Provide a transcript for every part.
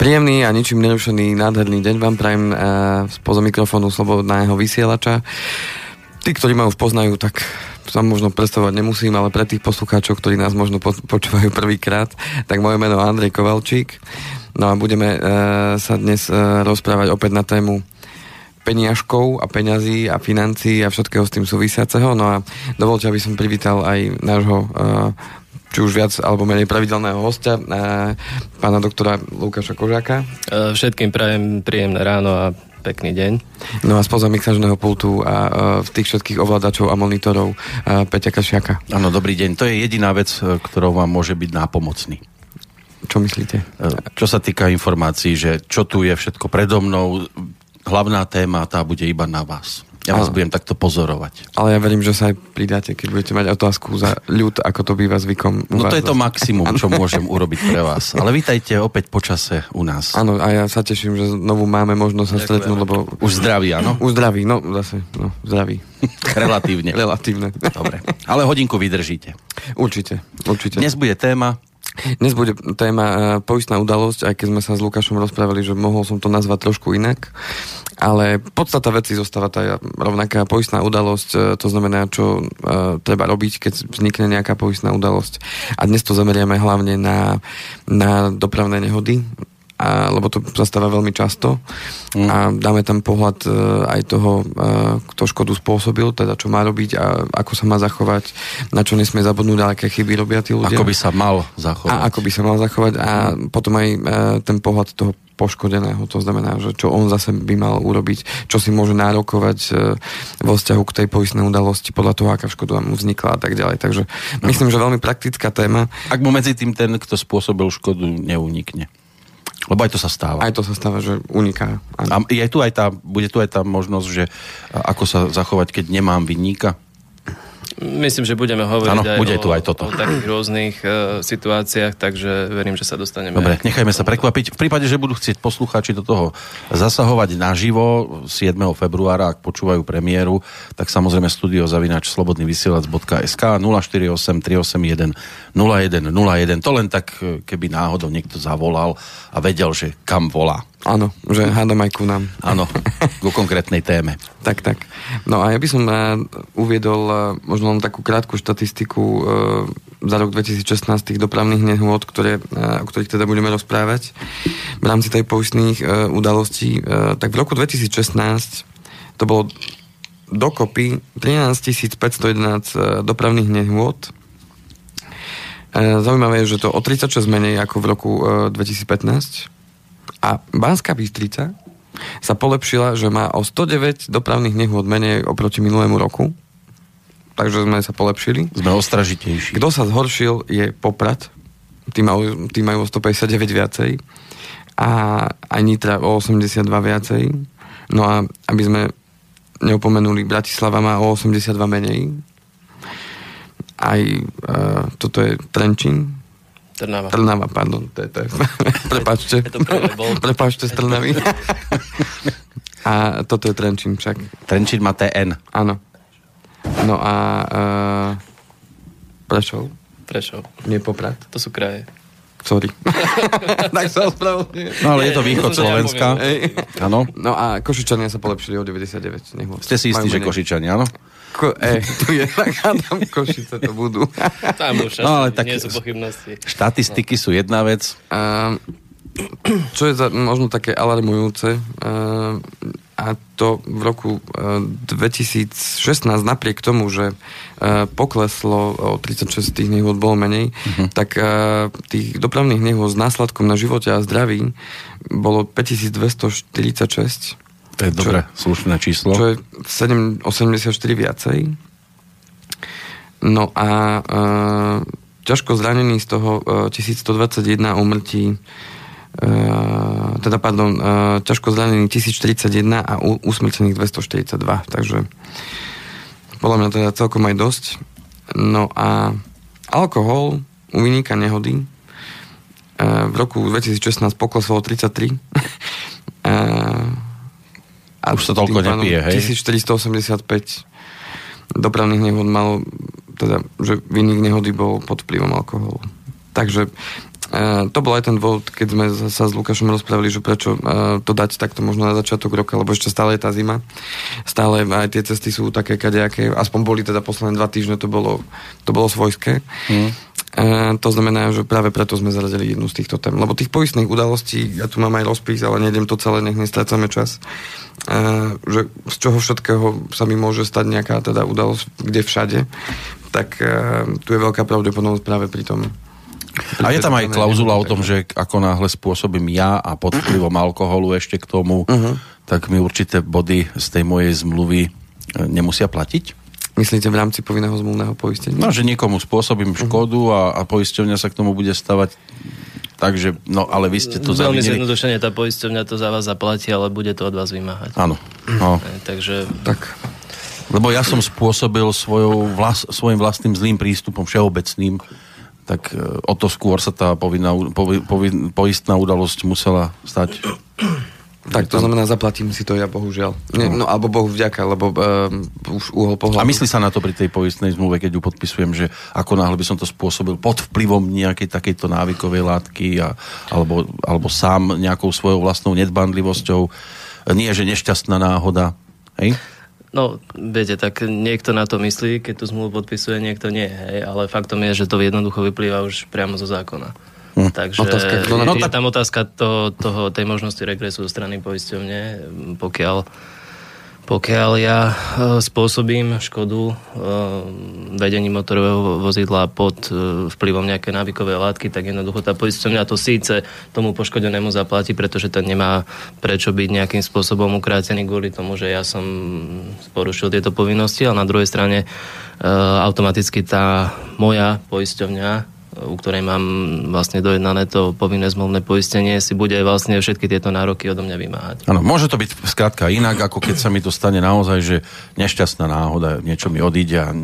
Príjemný a ničím nerušený nádherný deň vám prajem spoza mikrofónu slobodného vysielača. Tí, ktorí ma už poznajú, tak sa možno predstavovať nemusím, ale pre tých poslucháčov, ktorí nás možno počúvajú prvýkrát, tak moje meno je Andrej Kovalčík. No a budeme sa dnes rozprávať opäť na tému peniažkov a peňazí a financií a všetkého s tým súvisiaceho. No a dovoľte, aby som privítal aj nášho či už viac alebo menej pravidelného hostia, pána doktora Lukáša Kožáka. Všetkým prajem príjemné ráno a pekný deň. No a spoza mixažného pultu a v tých všetkých ovládačov a monitorov Peťa Kašiaka. Áno, dobrý deň. To je jediná vec, ktorou vám môže byť nápomocný. Čo myslíte? Čo sa týka informácií, že čo tu je všetko predo mnou, hlavná téma, tá bude iba na vás. Ja vás budem takto pozorovať. Ale ja verím, že sa aj pridáte, keď budete mať otázku za ľud, ako to býva zvykom. No to je to maximum, čo môžem urobiť pre vás. Ale vítajte opäť po čase u nás. Áno, a ja sa teším, že znovu máme možnosť sa stretnúť, lebo... Už zdraví, áno? Už zdraví, no zase, zdraví. Relatívne. Relatívne. Dobre. Ale hodinku vydržíte. Určite. Dnes bude téma... Dnes bude téma poistná udalosť, aj keď sme sa s Lukášom rozprávali, že mohol som to nazvať trošku inak, ale podstata veci zostáva tá rovnaká poistná udalosť, to znamená, čo treba robiť, keď vznikne nejaká poistná udalosť. A dnes to zameriame hlavne na dopravné nehody, lebo to zastáva veľmi často a dáme tam pohľad aj toho, kto škodu spôsobil, teda čo má robiť a ako sa má zachovať, na čo nesmie zabudnúť, ale aké chyby robia tí ľudia. Ako by sa mal zachovať. A ako by sa mal zachovať a potom aj ten pohľad toho poškodeného, to znamená, že čo on zase by mal urobiť, čo si môže nárokovať vo vzťahu k tej poistnej udalosti podľa toho, aká škoda mu vznikla a tak ďalej. Takže myslím, že veľmi praktická téma. Ak mu medzi tým ten, kto spôsobil škodu, neunikne. Lebo aj to sa stáva. Aj to sa stáva, že uniká. A bude tu aj tá možnosť, že ako sa zachovať, keď nemám vinníka? Myslím, že budeme hovoriť aj o takých rôznych situáciách, takže verím, že sa dostaneme. Dobre, nechajme sa prekvapiť. V prípade, že budú chcieť poslucháči do toho zasahovať naživo 7. februára, ak počúvajú premiéru, tak samozrejme studio@slobodnyvysielac.sk 048 381 0101. To len tak, keby náhodou niekto zavolal a vedel, že kam volá. Áno, že hádam aj ku nám. Áno, ku konkrétnej téme. Tak. No a ja by som uviedol možno len takú krátku štatistiku za rok 2016 tých dopravných nehôd, o ktorých teda budeme rozprávať v rámci tej poistných udalostí. Tak v roku 2016 to bolo dokopy 13 511 dopravných nehôd. Zaujímavé je, že to o 36 menej ako v roku 2015. A Banská Bystrica sa polepšila, že má o 109 dopravných nehôd menej oproti minulému roku. Takže sme sa polepšili. Sme ostražitejší. Kto sa zhoršil je Poprad. Tí majú o 159 viacej. A aj Nitra o 82 viacej. No a aby sme neupomenuli, Bratislava má o 82 menej. Aj toto je Trenčín. Trnava, pardon. To je. Prepáčte. Prepáčte z Trnavy. A toto je Trenčín však. Trenčín má TN. Áno. No a Prešov. Nie Poprad. To sú kraje. Sorry. Tak sa ospravedlňujem. No ale je to východ Slovenska. Áno. No a Košičania sa polepšili o 99. Ste si istí, že Košičania, áno? Tu je tak, Adam, Košice to budú. Tam už nie sú pochybnosti. Štatistiky sú jedna vec. Čo je možno také alarmujúce, a to v roku 2016 napriek tomu, že pokleslo o 36 tých nehôd bolo menej, tak tých dopravných nehôd s následkom na živote a zdraví bolo 5246. To je dobré, slušné číslo. Čo je 84 viacej. No a ťažko zranený z toho 1121 úmrtí ťažko zranený 1041 a usmrtených 242. Takže podľa mňa teda celkom aj dosť. No a alkohol u vinníka nehody v roku 2016 pokleslo 33. A už sa toľko nepije, hej? 1485 dopravných nehod malo, teda, že vinník nehody bol pod vplyvom alkoholu. Takže To bol aj ten dôvod, keď sme sa s Lukášom rozprávali, že prečo to dať takto možno na začiatok roka, lebo ešte stále je tá zima. Stále aj tie cesty sú také kadejaké, aspoň boli teda posledné 2 týždne, to bolo svojské. To znamená, že práve preto sme zaradili jednu z týchto tém. Lebo tých poistných udalostí, ja tu mám aj rozpis, ale nejdem to celé, nech nestrácame čas. Že z čoho všetkého sa mi môže stať nejaká teda udalosť, kde všade, tak tu je veľká pravdepodobnosť práve pri tom. A je tam aj klauzula o tom, že ako náhle spôsobím ja a pod vplyvom alkoholu ešte k tomu, tak mi určité body z tej mojej zmluvy nemusia platiť? Myslíte v rámci povinného zmluvného poistenia? No, že niekomu spôsobím škodu a poisťovňa sa k tomu bude stavať. Takže, no, ale vy ste to zavinili. Veľmi zjednodušene tá poisťovňa to za vás zaplatí, ale bude to od vás vymáhať. Áno. No. Takže... Tak. Lebo ja som spôsobil svojim vlastným zlým prístupom všeobecným, tak o to skôr sa tá poistná udalosť musela stať. Tak to znamená, zaplatím si to ja, bohužiaľ. No alebo Bohu vďaka, lebo už uhol pohľadu. A myslí sa na to pri tej poistnej zmluve, keď ju podpisujem, že ako náhle by som to spôsobil pod vplyvom nejakej takejto návykovej látky alebo sám nejakou svojou vlastnou nedbanlivosťou. Nie, že nešťastná náhoda. Hej? No, viete, tak niekto na to myslí, keď tú zmluvu podpisuje, niekto nie. Hej? Ale faktom je, že to jednoducho vyplýva už priamo zo zákona. Takže je tam otázka tej možnosti regresu zo strany poisťovne, pokiaľ ja spôsobím škodu vedením motorového vozidla pod vplyvom nejaké návykovej látky, tak jednoducho tá poisťovňa to síce tomu poškodenému zaplatí, pretože ten nemá prečo byť nejakým spôsobom ukrátený kvôli tomu, že ja som porušil tieto povinnosti, ale na druhej strane automaticky tá moja poisťovňa, u ktorej mám vlastne dojednané to povinné zmluvné poistenie, si bude vlastne všetky tieto nároky odo mňa vymáhať. Áno, môže to byť skrátka inak, ako keď sa mi to stane naozaj, že nešťastná náhoda, niečo mi odíde a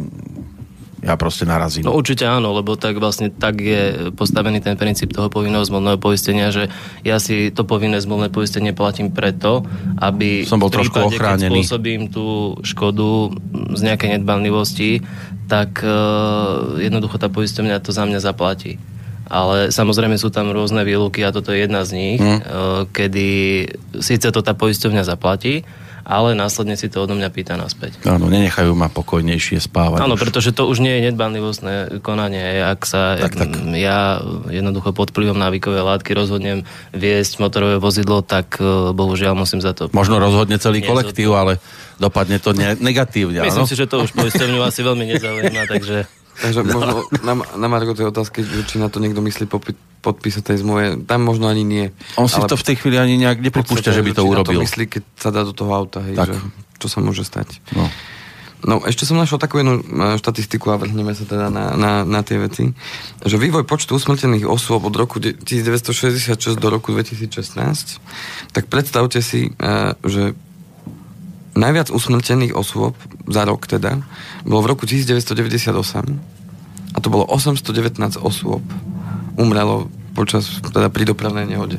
ja proste narazím. No určite áno, lebo tak vlastne tak je postavený ten princíp toho povinného zmluvného poistenia, že ja si to povinné zmluvné poistenie platím preto, aby som bol trošku ochránený. Keď spôsobím tú škodu z nejakej nedbanlivosti, tak jednoducho tá poisťovňa to za mňa zaplatí. Ale samozrejme sú tam rôzne výluky a toto je jedna z nich, kedy síce to tá poisťovňa zaplatí, ale následne si to odo mňa pýta naspäť. Áno, nenechajú ma pokojnejšie spávať. Áno, pretože to už nie je nedbanlivostné konanie. Ak sa ja jednoducho pod vplyvom návykovej látky rozhodnem viesť motorové vozidlo, tak bohužiaľ musím za to... Možno rozhodne celý kolektív, ale dopadne to negatívne. Myslím si, že to už poisťovňu asi veľmi nezaujíma, takže... Takže možno na margo tej otázky, či na to niekto myslí podpísať tej zmluve, tam možno ani nie. On si to v tej chvíli ani nejak nepripúšťa, že by to urobil. Či na to myslí, keď sa dá do toho auta, hej, že čo sa môže stať. No, ešte som našiel takú jednu štatistiku a vrhneme sa teda na tie veci, že vývoj počtu usmrtených osôb od roku 1966 do roku 2016, tak predstavte si, že najviac usmrtených osôb za rok teda bolo v roku 1998 a to bolo 819 osôb umrelo pri dopravnej nehode.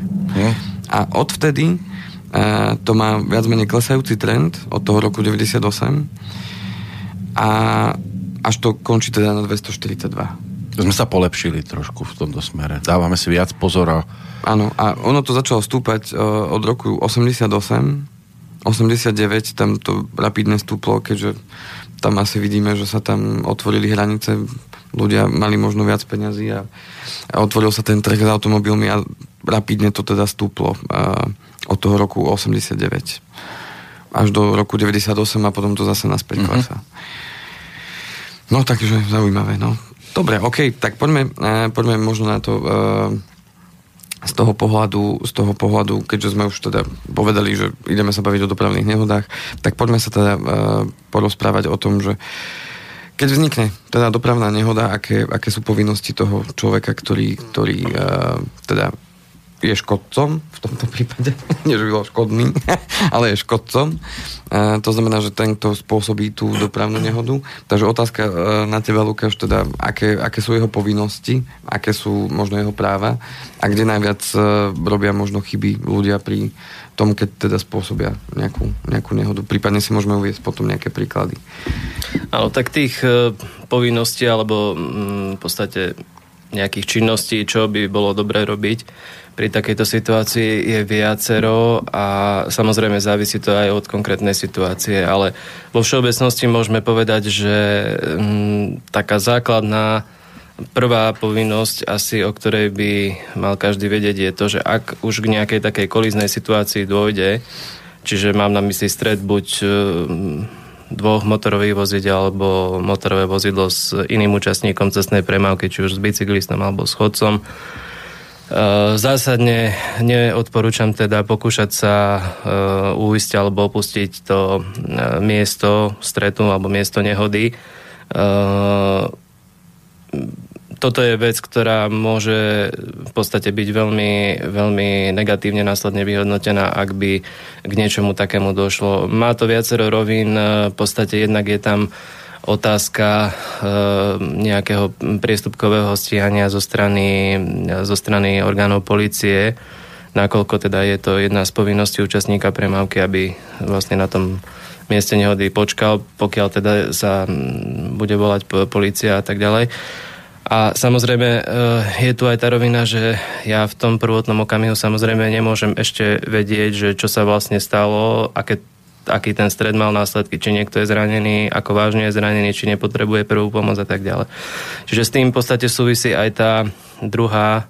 A odvtedy to má viac menej klesajúci trend od toho roku 98 a až to končí teda na 242. Sme sa polepšili trošku v tomto smere. Dávame si viac pozora. Áno, a ono to začalo stúpať od roku 89, tam to rapidne stúplo, keďže tam asi vidíme, že sa tam otvorili hranice, ľudia mali možno viac peňazí a otvoril sa ten trh s automobilmi a rapidne to teda stúplo od toho roku 89 až do roku 98 a potom to zase naspäť klesá. No takže zaujímavé, no. Dobre, okej, tak poďme možno na to z toho pohľadu, keďže sme už teda povedali, že ideme sa baviť o dopravných nehodách, tak poďme sa teda porozprávať o tom, že keď vznikne teda dopravná nehoda, aké sú povinnosti toho človeka, ktorý teda je škodcom v tomto prípade, nie že by bol škodný, ale je škodcom. To znamená, že ten, kto spôsobí tú dopravnú nehodu. Takže otázka na teba, Lukáš, teda aké sú jeho povinnosti, aké sú možno jeho práva a kde najviac robia možno chyby ľudia pri tom, keď teda spôsobia nejakú nehodu. Prípadne si môžeme uviesť potom nejaké príklady. Áno, tak tých povinností alebo v podstate nejakých činností, čo by bolo dobré robiť pri takejto situácii je viacero a samozrejme závisí to aj od konkrétnej situácie, ale vo všeobecnosti môžeme povedať, že taká základná prvá povinnosť asi, o ktorej by mal každý vedieť, je to, že ak už k nejakej takej kolíznej situácii dôjde, čiže mám na mysli stret buď dvoch motorových vozidel alebo motorové vozidlo s iným účastníkom cestnej premávky, či už s bicyklistom alebo s chodcom. Zásadne neodporúčam teda pokúšať sa uísť alebo opustiť to miesto stretu alebo miesto nehody. Toto je vec, ktorá môže v podstate byť veľmi, veľmi negatívne následne vyhodnotená, ak by k niečomu takému došlo. Má to viacero rovín, v podstate jednak je tam otázka nejakého priestupkového stíhania zo strany orgánov polície, nakoľko teda je to jedna z povinností účastníka premávky, aby vlastne na tom mieste nehody počkal, pokiaľ teda sa bude volať polícia a tak ďalej. A samozrejme je tu aj tá rovina, že ja v tom prvotnom okamihu samozrejme nemôžem ešte vedieť, že čo sa vlastne stalo, aký ten stret mal následky, či niekto je zranený, ako vážne je zranený, či nepotrebuje prvú pomoc a tak ďalej. Čiže s tým v podstate súvisí aj tá druhá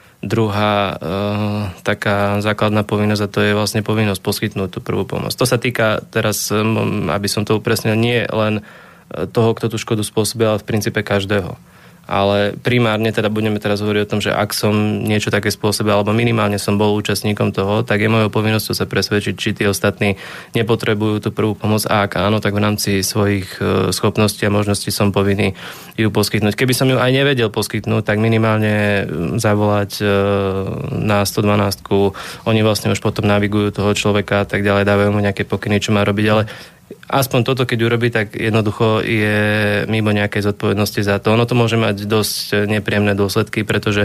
taká základná povinnosť, a to je vlastne povinnosť poskytnúť tú prvú pomoc. To sa týka teraz, aby som to upresnil, nie len toho, kto tú škodu spôsobil, ale v princípe každého. Ale primárne teda budeme teraz hovoriť o tom, že ak som niečo také spôsobil, alebo minimálne som bol účastníkom toho, tak je mojou povinnosťou sa presvedčiť, či tí ostatní nepotrebujú tú prvú pomoc, a ak áno, tak v rámci svojich schopností a možností som povinný ju poskytnúť. Keby som ju aj nevedel poskytnúť, tak minimálne zavolať na 112. Oni vlastne už potom navigujú toho človeka a tak ďalej, dávajú mu nejaké pokyny, čo má robiť, ale aspoň toto, keď urobí, tak jednoducho je mimo nejakej zodpovednosti za to. Ono to môže mať dosť nepríjemné dôsledky, pretože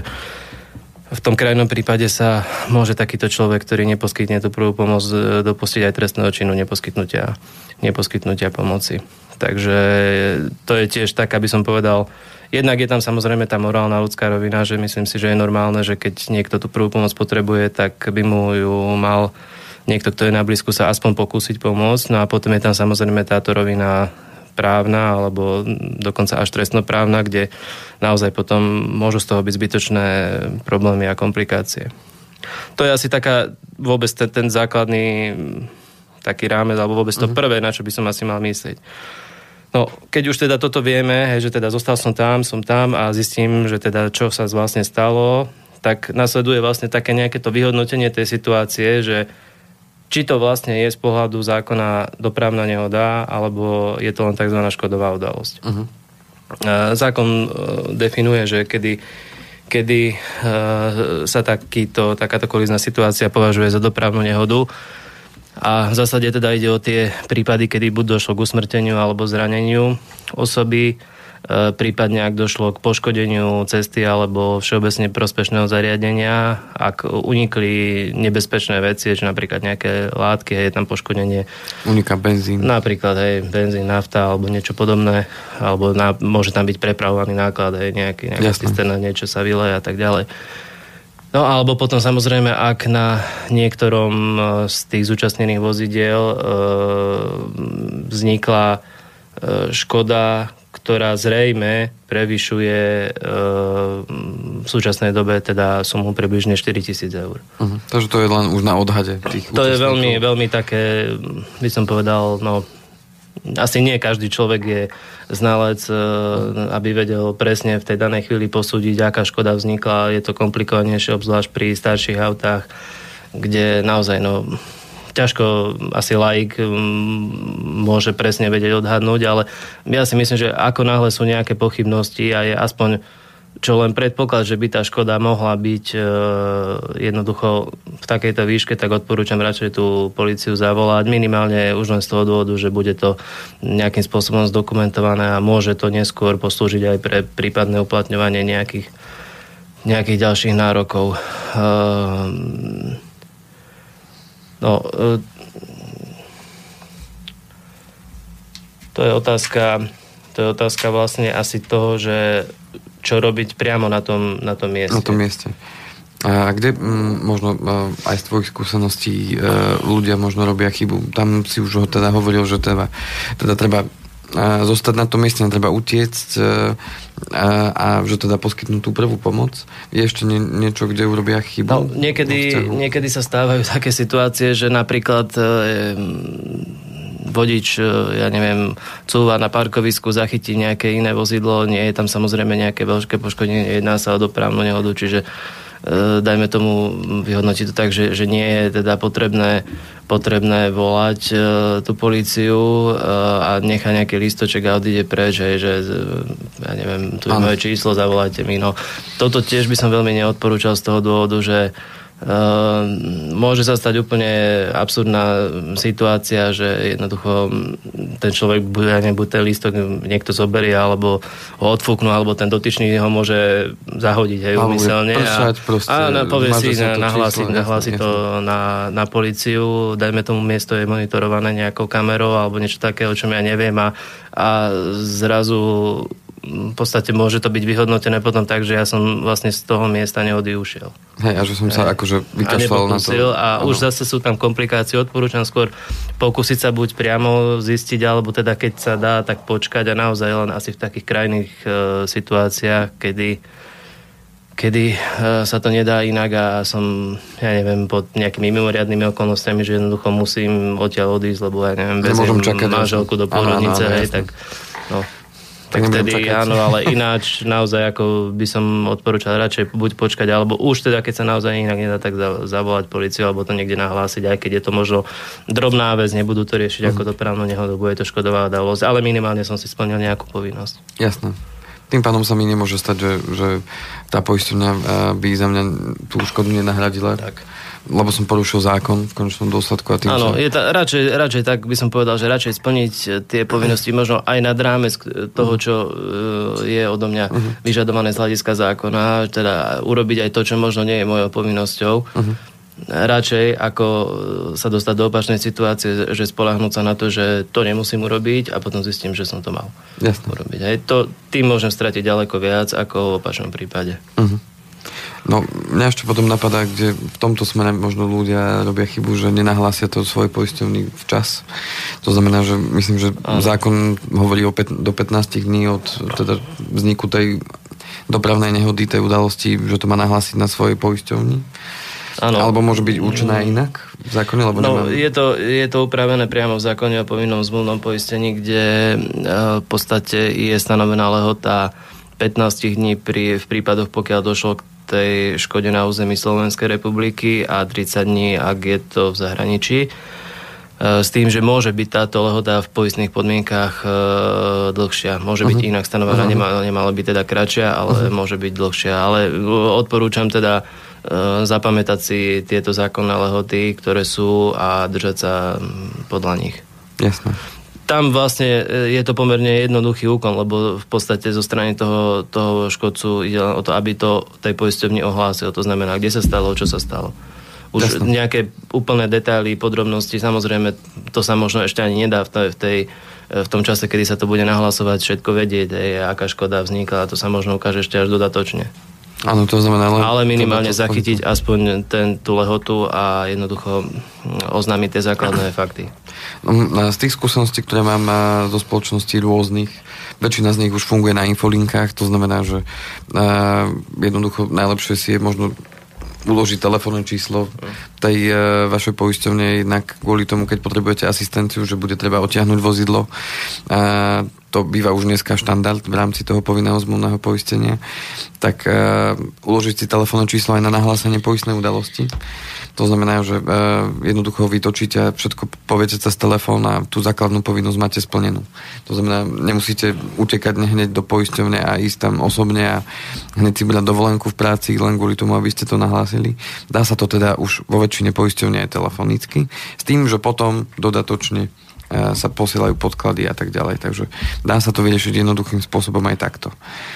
v tom krajnom prípade sa môže takýto človek, ktorý neposkytne tú prvú pomoc, dopustiť aj trestného činu neposkytnutia pomoci. Takže to je tiež tak, aby som povedal, jednak je tam samozrejme tá morálna ľudská rovina, že myslím si, že je normálne, že keď niekto tú prvú pomoc potrebuje, tak by mu ju mal niekto, kto je na blízku, sa aspoň pokúsiť pomôcť. No a potom je tam samozrejme táto rovina právna alebo dokonca až trestnoprávna, kde naozaj potom môžu z toho byť zbytočné problémy a komplikácie. To je asi taká vôbec ten základný taký rámec, alebo vôbec to prvé, na čo by som asi mal myslieť. No, keď už teda toto vieme, že teda zostal som tam a zistím, že teda čo sa vlastne stalo, tak nasleduje vlastne také nejaké to vyhodnotenie tej situácie, že či to vlastne je z pohľadu zákona dopravná nehoda, alebo je to len tzv. Škodová udalosť. Uh-huh. Zákon definuje, že kedy sa takáto kolízna situácia považuje za dopravnú nehodu, a v zásade teda ide o tie prípady, kedy buď došlo k usmrteniu alebo zraneniu osoby, prípadne ak došlo k poškodeniu cesty alebo všeobecne prospešného zariadenia, ak unikli nebezpečné veci, že napríklad nejaké látky, je tam poškodenie. Uniká benzín. Napríklad, benzín, nafta alebo niečo podobné, alebo môže tam byť prepravovaný náklad, nejaká cisterna, niečo sa vyleje a tak ďalej. No alebo potom samozrejme, ak na niektorom z tých zúčastnených vozidiel vznikla škoda, ktorá zrejme prevyšuje v súčasnej dobe teda sumu približne 4 000 eur. Uh-huh. Takže to je len už na odhade tých účastníkov. To je veľmi, veľmi také, by som povedal, asi nie každý človek je znalec, aby vedel presne v tej danej chvíli posúdiť, aká škoda vznikla. Je to komplikovanejšie, obzvlášť pri starších autách, kde naozaj ťažko asi laik môže presne vedieť odhadnúť, ale ja si myslím, že ako náhle sú nejaké pochybnosti a je aspoň čo len predpoklad, že by tá škoda mohla byť jednoducho v takejto výške, tak odporúčam radšej tú políciu zavolať, minimálne už len z toho dôvodu, že bude to nejakým spôsobom zdokumentované a môže to neskôr poslúžiť aj pre prípadné uplatňovanie nejakých ďalších nárokov. To je otázka vlastne asi toho, že čo robiť priamo na tom mieste. Na tom mieste. A kde možno aj z tvojich skúseností ľudia možno robia chybu? Tam si už ho teda hovoril, že treba zostať na tom mieste, treba utiecť a že teda poskytnúť tú prvú pomoc. Je ešte niečo, kde urobia chybu? No, niekedy sa stávajú také situácie, že napríklad vodič, ja neviem, cúva na parkovisku, zachytí nejaké iné vozidlo, nie je tam samozrejme nejaké veľké poškodenie, jedná sa o dopravnú nehodu, čiže dajme tomu vyhodnotiť to tak, že nie je teda potrebné volať tú políciu a nechá nejaký listoček a odíde preč, že ja neviem, tu je moje číslo, zavolajte mi. No, toto tiež by som veľmi neodporúčal z toho dôvodu, že môže sa stať úplne absurdná situácia, že jednoducho ten človek buď ten lístok niekto zoberie, alebo ho odfúknú, alebo ten dotyčný ho môže zahodiť úmyselne a povie si nahlásiť to na políciu, dajme tomu miesto je monitorované nejakou kamerou alebo niečo také, o čom ja neviem a zrazu v podstate môže to byť vyhodnotené potom tak, že ja som vlastne z toho miesta nehody ušiel. Hej, a že som sa akože vykašľal na to. A už zase sú tam komplikácie. Odporúčam skôr pokúsiť sa buď priamo zistiť, alebo teda keď sa dá, tak počkať a naozaj len asi v takých krajných situáciách, kedy sa to nedá inak a som, ja neviem, pod nejakými mimoriadnymi okolnostiami, že jednoducho musím odtiaľ odísť, lebo ja neviem, veziem manželku do pôrodnice, tak no. Tak vtedy áno, ale ináč naozaj ako by som odporúčal radšej buď počkať, alebo už teda, keď sa naozaj inak nedá, tak zavolať políciu, alebo to niekde nahlásiť, aj keď je to možno drobná vec, nebudú to riešiť ako dopravnú nehodu, bude to škodová udalosť, ale minimálne som si splnil nejakú povinnosť. Jasné. Tým pádom sa mi nemôže stať, že tá poisťovňa by za mňa tú škodu nenahradila. Tak. Lebo som porušil zákon v konečnom dôsledku. Áno, radšej tak by som povedal, že radšej splniť tie povinnosti možno aj nad rámec toho, čo je odo mňa vyžadované z hľadiska zákona, teda urobiť aj to, čo možno nie je mojou povinnosťou. Radšej ako sa dostať do opačnej situácie, že spoľahnúť sa na to, že to nemusím urobiť a potom zistím, že som to mal urobiť. Tým môžem stratiť ďaleko viac ako v opačnom prípade. No, mňa ešte potom napadá, kde v tomto smere možno ľudia robia chybu, že nenahlásia to svoj poisťovný včas. To znamená, že myslím, že zákon hovorí do 15 dní od teda vzniku tej dopravnej nehody, tej udalosti, že to má nahlásiť na svojej poisťovni. Áno. Alebo môže byť určená inak v zákone? Lebo je to upravené priamo v zákone o povinnom zmluvnom poistení, kde v podstate je stanovená lehota 15 dní v prípadoch, pokiaľ došlo k tej škode na území Slovenskej republiky a 30 dní, ak je to v zahraničí. S tým, že môže byť táto lehota v poistných podmienkách dlhšia. Môže byť inak stanovená, nemala byť teda kratšia, ale môže byť dlhšia. Ale odporúčam teda zapamätať si tieto zákonné lehoty, ktoré sú a držať sa podľa nich. Jasné. Tam vlastne je to pomerne jednoduchý úkon, lebo v podstate zo strany toho škodcu ide o to, aby to tej poisťovni ohlásil. To znamená, kde sa stalo, čo sa stalo. Už nejaké úplné detaily, podrobnosti, samozrejme, to sa možno ešte ani nedá v tom čase, kedy sa to bude nahlasovať, všetko vedieť, aká škoda vznikla, a to sa možno ukáže ešte až dodatočne. Áno, to znamená... Ale minimálne zachytiť aspoň tú lehotu a jednoducho oznámiť tie základné fakty. Z tých skúseností, ktoré mám zo spoločností rôznych, väčšina z nich už funguje na infolinkách, to znamená, že jednoducho najlepšie si je možno uložiť telefónne číslo tej vašej poisťovne, jednak kvôli tomu, keď potrebujete asistenciu, že bude treba odtiahnuť vozidlo. To býva už dneska štandard v rámci toho povinného zmluvného poistenia. Tak uložiť si telefónne číslo aj na nahlásenie poistnej udalosti. To znamená, že jednoducho vytočíte a všetko poviete cez telefón a tú základnú povinnosť máte splnenú. To znamená, nemusíte utekať hneď do poisťovne a ísť tam osobne a hneď si brať dovolenku v práci len kvôli tomu, aby ste to nahlásili. Dá sa to teda už vo väčšine poisťovne aj telefonicky. S tým, že potom dodatočne sa posielajú podklady a tak ďalej. Takže dá sa to vyriešiť jednoduchým spôsobom aj takto.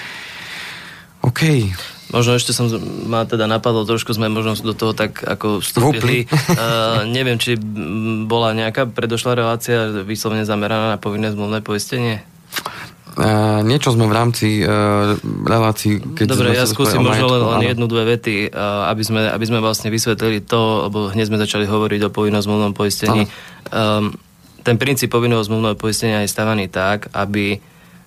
OK. Možno ešte ma teda napadlo, trošku sme možno do toho tak ako vstúpili. Neviem, či bola nejaká predošlá relácia vyslovene zameraná na povinné zmluvné poistenie? Niečo sme v rámci relácií... Dobre, ja skúsim možno len jednu, dve vety, aby sme vlastne vysvetlili to, lebo hneď sme začali hovoriť o povinnom zmluvnom poistení. Ten princíp povinného zmluvného poistenia je stavaný tak, aby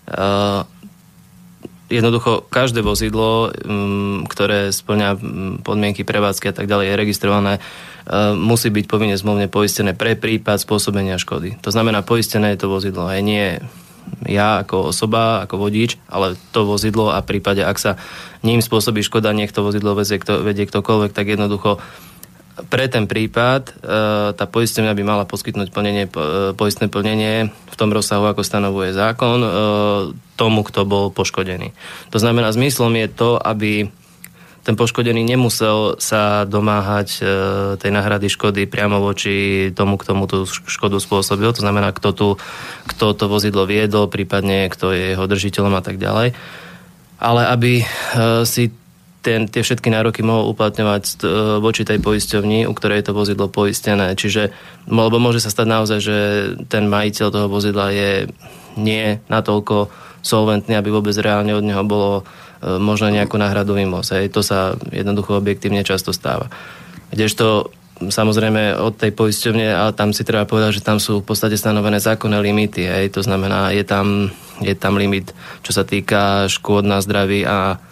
jednoducho každé vozidlo, ktoré spĺňa podmienky prevádzky a tak ďalej, je registrované, musí byť povinne zmluvne poistené pre prípad spôsobenia škody. To znamená, poistené je to vozidlo, aj nie ja ako osoba, ako vodič, ale to vozidlo a v prípade, ak sa ním spôsobí škoda, nech to vozidlo vedie ktokoľvek, tak jednoducho pre ten prípad tá poisťovňa by mala poskytnúť poistné plnenie v tom rozsahu, ako stanovuje zákon, tomu, kto bol poškodený. To znamená, zmyslom je to, aby ten poškodený nemusel sa domáhať tej náhrady škody priamo voči tomu, k tomu tú škodu spôsobil. To znamená, kto to vozidlo viedol, prípadne kto je jeho držiteľom a tak ďalej. Ale aby si tie všetky nároky mohol uplatňovať voči tej poisťovni, u ktorej je to vozidlo poistené. Čiže, lebo môže sa stať naozaj, že ten majiteľ toho vozidla je nie natoľko solventný, aby vôbec reálne od neho bolo možno nejakú náhradu vymôcť. To sa jednoducho objektívne často stáva. Kdežto samozrejme od tej poisťovne, ale tam si treba povedať, že tam sú v podstate stanovené zákonné limity. To znamená, je tam limit, čo sa týka škôd na zdraví a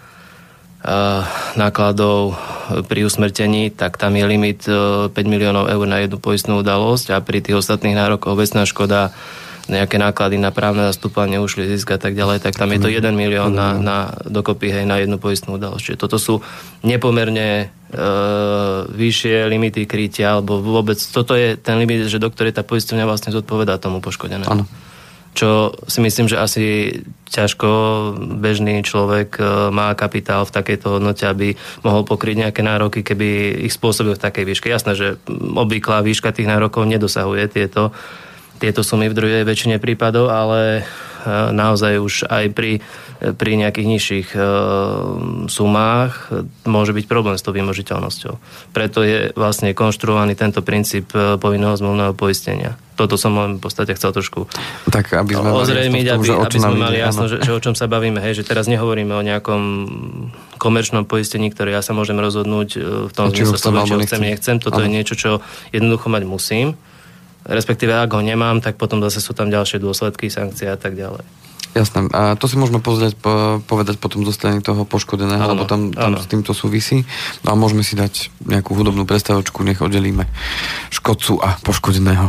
nákladov pri usmrtení, tak tam je limit 5 miliónov eur na jednu poistnú udalosť a pri tých ostatných nárokoch obecná škoda, nejaké náklady na právne zastúpanie, ušli zisk a tak ďalej, tak tam je to 1 milión na dokopy, na jednu poistnú udalosť. Čiže toto sú nepomerne vyššie limity krytia, alebo vôbec toto je ten limit, že do ktorej tá poisťovňa vlastne zodpovedá tomu poškodenému. Áno. Čo si myslím, že asi ťažko bežný človek má kapitál v takejto hodnote, aby mohol pokryť nejaké nároky, keby ich spôsobil v takej výške. Jasné, že obvyklá výška tých nárokov nedosahuje tieto sumy v druhej väčšine prípadov, ale naozaj už aj pri nejakých nižších sumách môže byť problém s tou vymožiteľnosťou. Preto je vlastne konštruovaný tento princíp povinného zmluvného poistenia. Toto som len v podstate chcel trošku ozrejmiť, aby sme mali jasno, že o čom sa bavíme. Hej, že teraz nehovoríme o nejakom komerčnom poistení, ktoré ja sa môžem rozhodnúť v tom zmysle, či ho chcem, nechcem. Toto je niečo, čo jednoducho mať musím. Respektíve, ak ho nemám, tak potom zase sú tam ďalšie dôsledky, sankcie a tak ďalej. Jasné. A to si môžeme povedať potom zo strany toho poškodeného, lebo tam s týmto súvisí. No a môžeme si dať nejakú hudobnú prestavočku, nech oddelíme škodcu a poškodeného.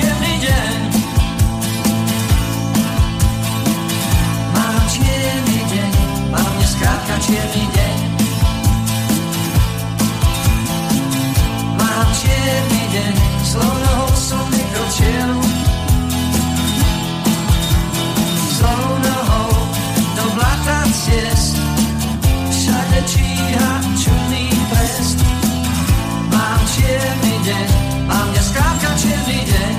čierny deň. Mám čierny deň, mám dnes krátka čierny deň. Mám čierny deň, zlou nohou som vykročil. Zlou nohou do blata ciest, všade číha čudný prest. Mám čierny deň, mám dnes krátka čierny deň.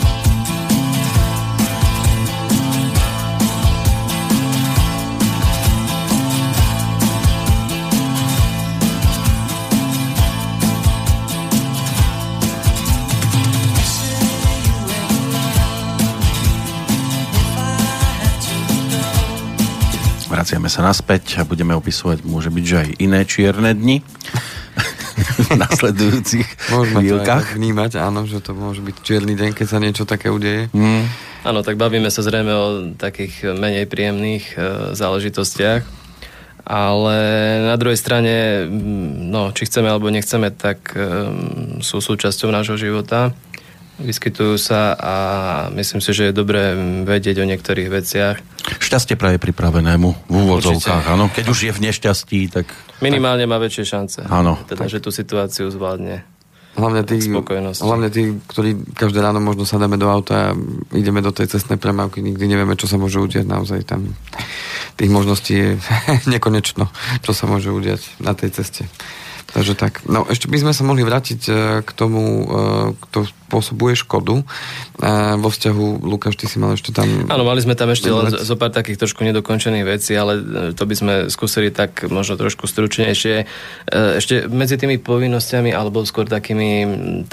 Vraciame sa naspäť a budeme opisovať, môže byť, že aj iné čierne dni v nasledujúcich chvíľkach. Môžeme to vnímať, áno, že to môže byť čierny deň, keď sa niečo také udeje. Áno, tak bavíme sa zrejme o takých menej príjemných záležitostiach, ale na druhej strane, no, či chceme alebo nechceme, tak sú súčasťou nášho života. Vyskytujú sa a myslím si, že je dobré vedieť o niektorých veciach. Šťastie praje pripravenému v úvodzovkách, áno. Keď už je v nešťastí, tak... Minimálne má väčšie šance. Áno. Teda, že tú situáciu zvládne. Hlavne tí, ktorí každé ráno možno sadáme do auta a ideme do tej cestnej premávky, nikdy nevieme, čo sa môže udiať. Naozaj tam tých možností je nekonečno, čo sa môže udiať na tej ceste. Takže tak. No, ešte by sme sa mohli vrátiť k tomu, kto spôsobuje škodu. Vo vzťahu, Lukáš, ty si mal ešte tam... Áno, mali sme tam ešte zo pár takých trošku nedokončených vecí, ale to by sme skúsili tak možno trošku stručnejšie. Ešte medzi tými povinnosťami, alebo skôr takými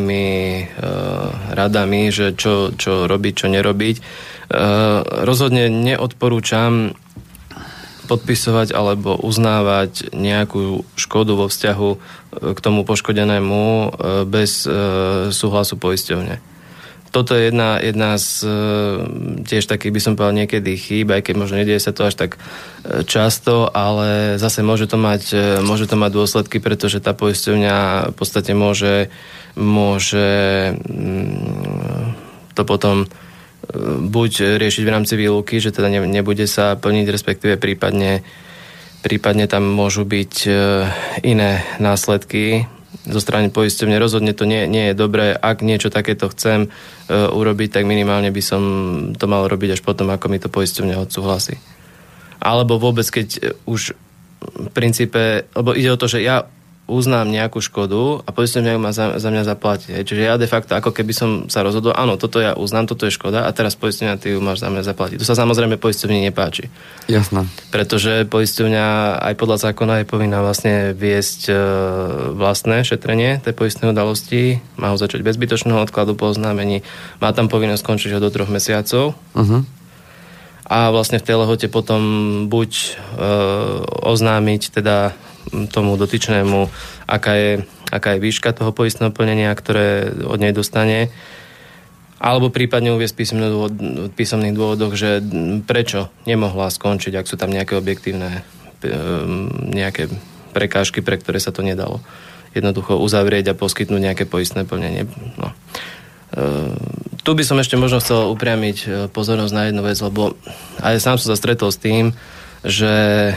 radami, že čo robiť, čo nerobiť. Rozhodne neodporúčam podpisovať alebo uznávať nejakú škodu vo vzťahu k tomu poškodenému bez súhlasu poisťovne. Toto je jedna z tiež takých, by som povedal, niekedy chýb, aj keď možno nedieje sa to až tak často, ale zase môže to mať dôsledky, pretože tá poisťovňa v podstate môže to potom buď riešiť v rámci výluky, že teda nebude sa plniť, respektíve prípadne tam môžu byť iné následky zo strany poisťovne. Rozhodne to nie je dobré. Ak niečo takéto chcem urobiť, tak minimálne by som to mal robiť až potom, ako mi to poisťovňa odsúhlasí. Alebo vôbec, keď už v princípe, lebo ide o to, že ja uznám nejakú škodu a poisťovňa má za mňa zaplatiť. Čiže ja de facto, ako keby som sa rozhodol, áno, toto ja uznám, toto je škoda a teraz poisťovňa, ty ju máš za mňa zaplatiť. To sa samozrejme poisťovni nepáči. Jasné. Pretože poisťovňa aj podľa zákona je povinná vlastne viesť vlastné šetrenie tej poistnej udalosti. Má ho začať bez zbytočného odkladu po oznámení. Má tam povinnosť skončiť ho do 3 mesiacov. A vlastne v tej lehote potom buď oznámiť teda tomu dotyčnému, aká je výška toho poistného plnenia, ktoré od nej dostane, alebo prípadne uviesť v písomných dôvodoch, že prečo nemohla skončiť, ak sú tam nejaké objektívne nejaké prekážky, pre ktoré sa to nedalo jednoducho uzavrieť a poskytnúť nejaké poistné plnenie. No. Tu by som ešte možno chcel upriamiť pozornosť na jednu vec, lebo aj sám som sa stretol s tým, že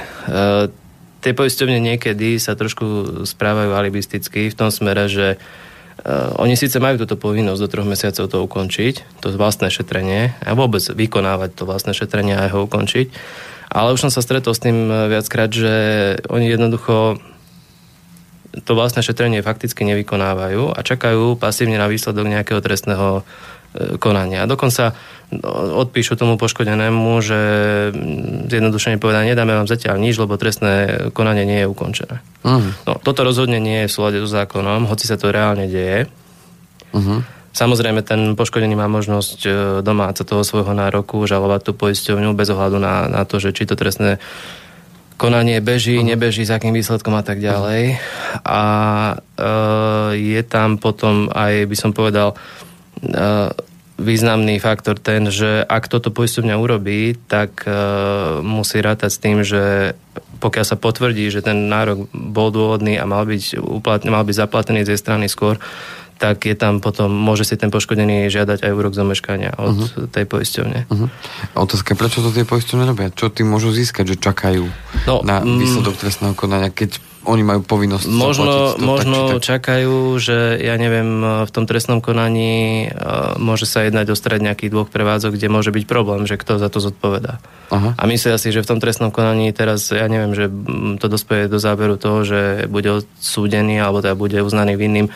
tie poisťovne niekedy sa trošku správajú alibisticky v tom smere, že oni síce majú túto povinnosť do 3 mesiacov to ukončiť, to vlastné šetrenie a vôbec vykonávať to vlastné šetrenie a ho ukončiť, ale už som sa stretol s tým viackrát, že oni jednoducho to vlastné šetrenie fakticky nevykonávajú a čakajú pasívne na výsledok nejakého trestného konania. A dokonca odpíšu tomu poškodenému, že zjednodušene povedané, nedáme vám zatiaľ nič, lebo trestné konanie nie je ukončené. No, toto rozhodne nie je v súlade so zákonom, hoci sa to reálne deje. Samozrejme, ten poškodený má možnosť domácať toho svojho nároku, žalovať tú poisťovňu bez ohľadu na to, že či to trestné konanie beží, nebeží, s akým výsledkom a tak ďalej. A je tam potom aj, by som povedal, významný faktor ten, že ak toto poisťovňa urobí, tak musí rátať s tým, že pokiaľ sa potvrdí, že ten nárok bol dôvodný a mal byť zaplatený z jej strany skôr, tak je tam potom, môže si ten poškodený žiadať aj úrok zomeškania od tej poisťovne. Otázka, prečo to tie poisťovne robia? Čo tým môžu získať, že čakajú na výsledok trestného konania, keď oni majú povinnosť možno čakajú, že ja neviem, v tom trestnom konaní môže sa jednať o stred nejakých 2 prevádzok, kde môže byť problém, že kto za to zodpovedá. Aha. A myslia si, že v tom trestnom konaní teraz, ja neviem, že to dospeje do záberu toho, že bude odsúdený alebo teda bude uznaný vinným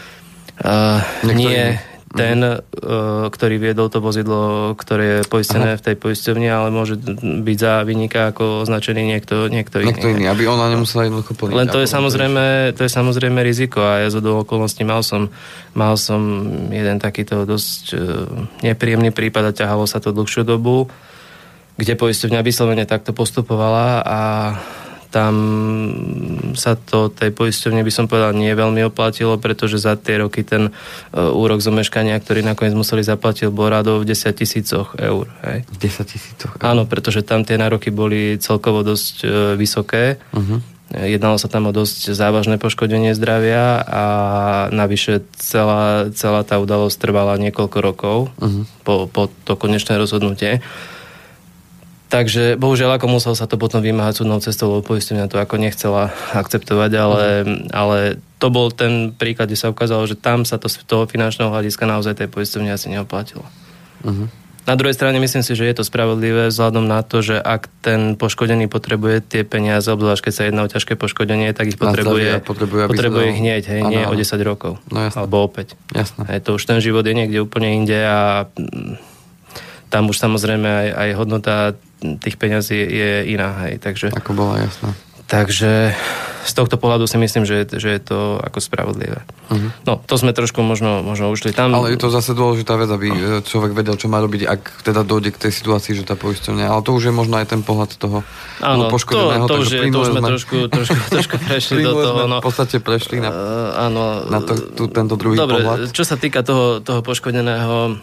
ten, ktorý viedol to vozidlo, ktoré je poistené v tej poisťovni, ale môže byť za vinníka ako označený niekto iný. Niekto iný, aby ona nemusela jednoducho plniť. Len to je samozrejme riziko a ja zhodou okolností mal som jeden takýto dosť nepríjemný prípad a ťahalo sa to dlhšiu dobu, kde poisťovňa vyslovene takto postupovala a tam sa to tej poisťovne, by som povedal, nie veľmi oplatilo, pretože za tie roky ten úrok zomeškania, ktorý nakoniec museli zaplatiť, bol rádov v 10 000 eur. Hej. 10 000 eur? Áno, pretože tam tie nároky boli celkovo dosť vysoké. Jednalo sa tam o dosť závažné poškodenie zdravia a navyše celá tá udalosť trvala niekoľko rokov po to konečné rozhodnutie. Takže bohužiaľ, ako musel sa to potom vymáhať súdnou cestou, lebo poisťovňa to ako nechcela akceptovať, ale to bol ten príklad, kde sa ukázalo, že tam sa to z toho finančného hľadiska naozaj tej poisťovne asi neoplatilo. Na druhej strane myslím si, že je to spravodlivé vzhľadom na to, že ak ten poškodený potrebuje tie peniaze, obzvlášť keď sa jedná o ťažké poškodenie, tak ich potrebuje ich hneď, nie o 10 rokov. No, alebo opäť. Jasné. To už ten život je niekde úplne inde a tam už samozrejme aj hodnota tých peňazí je iná. Hej. Takže, ako bola jasná. Takže z tohto pohľadu si myslím, že je to ako spravodlivé. No, to sme trošku možno ušli tam. Ale je to zase dôležitá vec, aby človek vedel, čo má robiť, ak teda dojde k tej situácii, že tá poisťovňa. Ale to už je možno aj ten pohľad toho poškodeného. To už sme trošku prešli do toho. V podstate prešli na tento druhý pohľad. Čo sa týka toho poškodeného,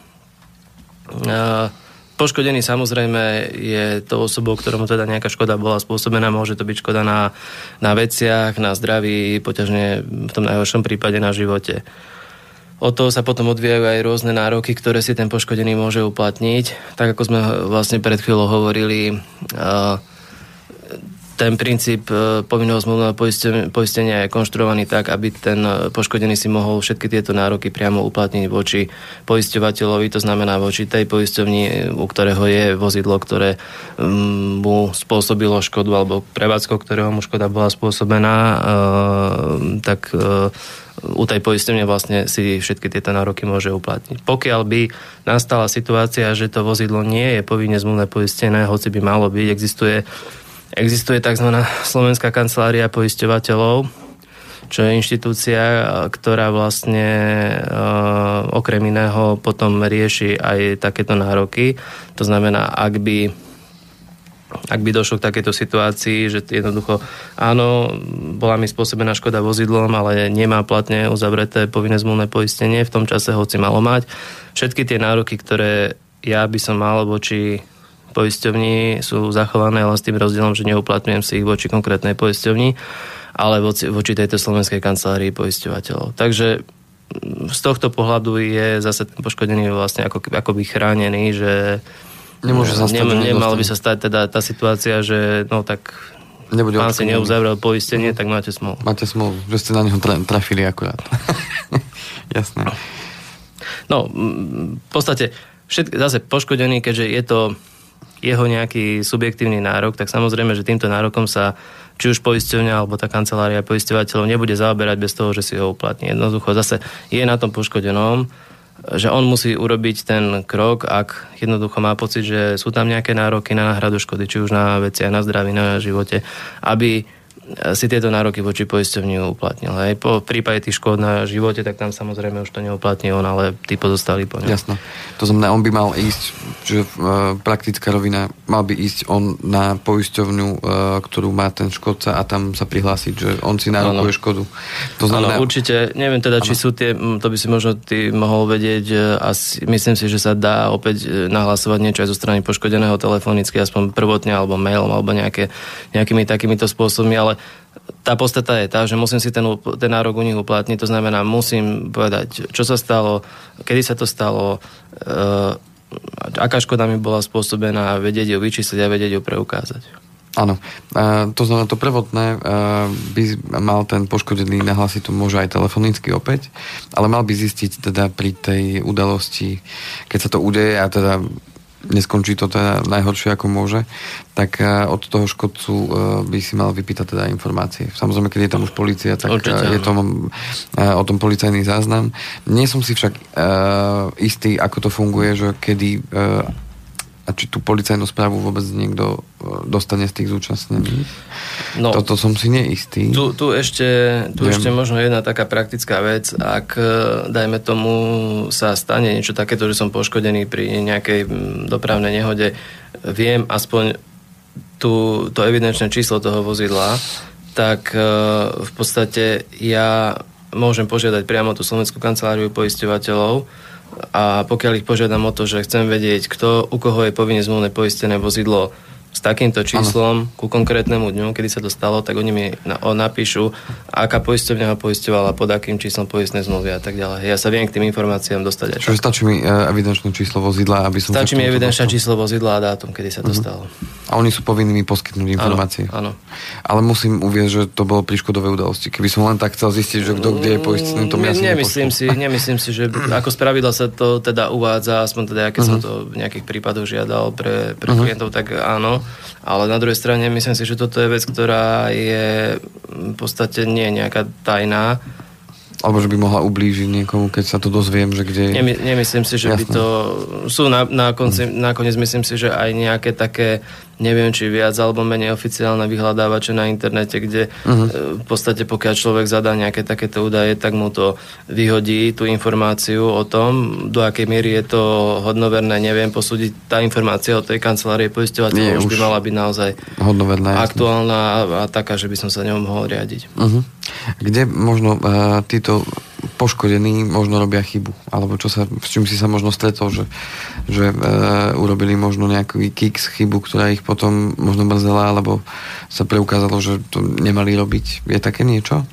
poškodený samozrejme je to osobou, ktorému teda nejaká škoda bola spôsobená. Môže to byť škoda na veciach, na zdraví, poťažne v tom najhoršom prípade na živote. Od toho sa potom odvíjajú aj rôzne nároky, ktoré si ten poškodený môže uplatniť. Tak ako sme vlastne pred chvíľou hovorili, ten princíp povinného zmluvného poistenia je konštruovaný tak, aby ten poškodený si mohol všetky tieto nároky priamo uplatniť voči poisťovateľovi, to znamená voči tej poisťovni, u ktorého je vozidlo, ktoré mu spôsobilo škodu, alebo prevádzkou, ktorého mu škoda bola spôsobená, tak u tej poisťovne vlastne si všetky tieto nároky môže uplatniť. Pokiaľ by nastala situácia, že to vozidlo nie je povinne zmluvné poistené, hoci by malo byť, Existuje tzv. Slovenská kancelária poisťovateľov, čo je inštitúcia, ktorá vlastne okrem iného potom rieši aj takéto nároky. To znamená, ak by došlo k takejto situácii, že jednoducho áno, bola mi spôsobená škoda vozidlom, ale nemá platne uzavreté povinné zmluvné poistenie v tom čase, hoci malo mať. Všetky tie nároky, ktoré ja by som mal voči poisťovni, sú zachované, ale s tým rozdielom, že neuplatňujem si ich voči konkrétnej poisťovni, ale voči tejto slovenskej kancelárii poisťovateľov. Takže z tohto pohľadu je zase ten poškodený vlastne akoby chránený, že nemal by sa stať teda tá situácia, že no tak pán si neuzavrel poistenie, tak máte smolu. Máte smolu, že ste na neho trafili akurát. Jasné. No, v podstate zase poškodený, keďže je to jeho nejaký subjektívny nárok, tak samozrejme, že týmto nárokom sa či už poisťovňa alebo tá kancelária poisťovateľov nebude zaoberať bez toho, že si ho uplatní. Jednoducho zase je na tom poškodenom, že on musí urobiť ten krok, ak jednoducho má pocit, že sú tam nejaké nároky na náhradu škody, či už na veciach, na zdraví, na živote, aby si tieto nároky voči poisťovni uplatnil. Hej. Po prípade tých škôd na živote, tak tam samozrejme už to neuplatní on, ale tí pozostali po ňom. Jasno. To znamená, on by mal ísť, že praktická rovina, mal by ísť on na poisťovňu, ktorú má ten škodca a tam sa prihlásiť, že on si nárokuje škodu. To znamená... Áno, určite. Neviem teda, či sú tie, to by si možno ty mohol vedieť, asi, myslím si, že sa dá opäť nahlasovať niečo aj zo strany poškodeného telefonicky, aspoň prvotne, alebo mailom, alebo nejakými takýmito spôsobmi, ale tá podstata je tá, že musím si ten nárok u nich uplatniť, to znamená, musím povedať, čo sa stalo, kedy sa to stalo, aká škoda mi bola spôsobená, vedieť ju vyčísliť a vedieť ju preukázať. Áno. To znamená, to prvotné by mal ten poškodený nahlásiť, to môže aj telefonicky opäť, ale mal by zistiť teda pri tej udalosti, keď sa to udeje a teda neskončí to teda najhoršie ako môže, tak od toho škodcu by si mal vypýtať teda informácie. Samozrejme, keď je tam už polícia, tak určite, je to o tom policajný záznam. Nie som si však istý, ako to funguje, že kedy a či tú policajnú správu vôbec niekto dostane z tých zúčastnených. No, toto som si neistý. Tu ešte možno jedna taká praktická vec, ak dajme tomu sa stane niečo takéto, že som poškodený pri nejakej dopravnej nehode, viem aspoň to evidenčné číslo toho vozidla, tak v podstate ja môžem požiadať priamo tú Slovenskú kanceláriu poisťovateľov a pokiaľ ich požiadam o to, že chcem vedieť, u koho je povinne zmluvne poistené vozidlo s takýmto číslom ku konkrétnemu dňu, kedy sa to stalo, tak oni mi napíšu, aká poisťovňa ho poisťovala, pod akým číslom poistnej zmluvy a tak ďalej. Ja sa viem k tým informáciám dostať. Čiže stačí mi evidenčné číslo vozidla, aby som... Stačí mi evidenčné číslo vozidla a dátum, kedy sa to stalo. A oni sú povinní mi poskytnúť informácie. Áno. Ale musím uvieť, že to bolo pri škodovej udalosti. Keby som len tak chcel zistiť, že kto kde je poistený, to mi asi Nemyslím si, že ako spravidla sa to teda uvádza, aspoň teda, keď som to v nejakých prípadoch žiadal pre klientov, tak áno. Ale na druhej strane myslím si, že toto je vec, ktorá je v podstate nie nejaká tajná. Alebo že by mohla ublížiť niekomu, keď sa to dozviem, že kde je... Nemyslím si, že by to... Sú nakoniec myslím si, že aj nejaké také, neviem, či viac alebo menej oficiálne vyhľadávače na internete, kde v podstate pokiaľ človek zadá nejaké takéto údaje, tak mu to vyhodí tú informáciu o tom, do akej miery je to hodnoverné, neviem posúdiť. Tá informácia od tej kancelárie poisťovateľov už by mala byť naozaj aktuálna a taká, že by som sa ňou mohol riadiť. Kde možno títo poškodení možno robia chybu? Alebo s čím si sa možno stretol, že urobili možno nejakú chybu, ktorá ich potom možno mrzela, alebo sa preukázalo, že to nemali robiť. Je také niečo?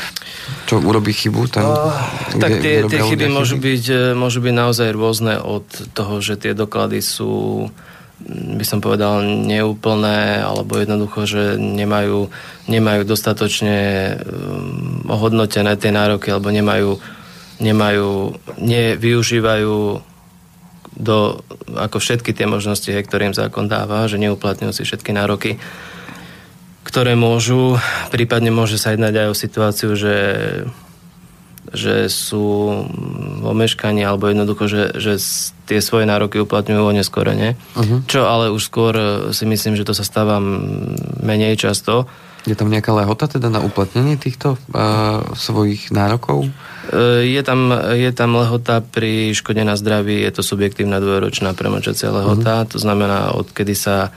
Čo urobí chybu? Tak tie chyby môžu byť naozaj rôzne od toho, že tie doklady sú, by som povedal, neúplné, alebo jednoducho, že nemajú dostatočne ohodnotené tie nároky, alebo nevyužívajú ako všetky tie možnosti, ktorým zákon dáva, že neuplatňujú si všetky nároky, ktoré môžu, prípadne môže sa jednať aj o situáciu, že sú v omeškaní, alebo jednoducho, že tie svoje nároky uplatňujú oneskorene. Čo ale už skôr si myslím, že to sa stáva menej často. Je tam nejaká lehota teda na uplatnenie týchto svojich nárokov? Je tam lehota pri škode na zdraví, je to subjektívna dvojročná premlčacia lehota, to znamená, odkedy sa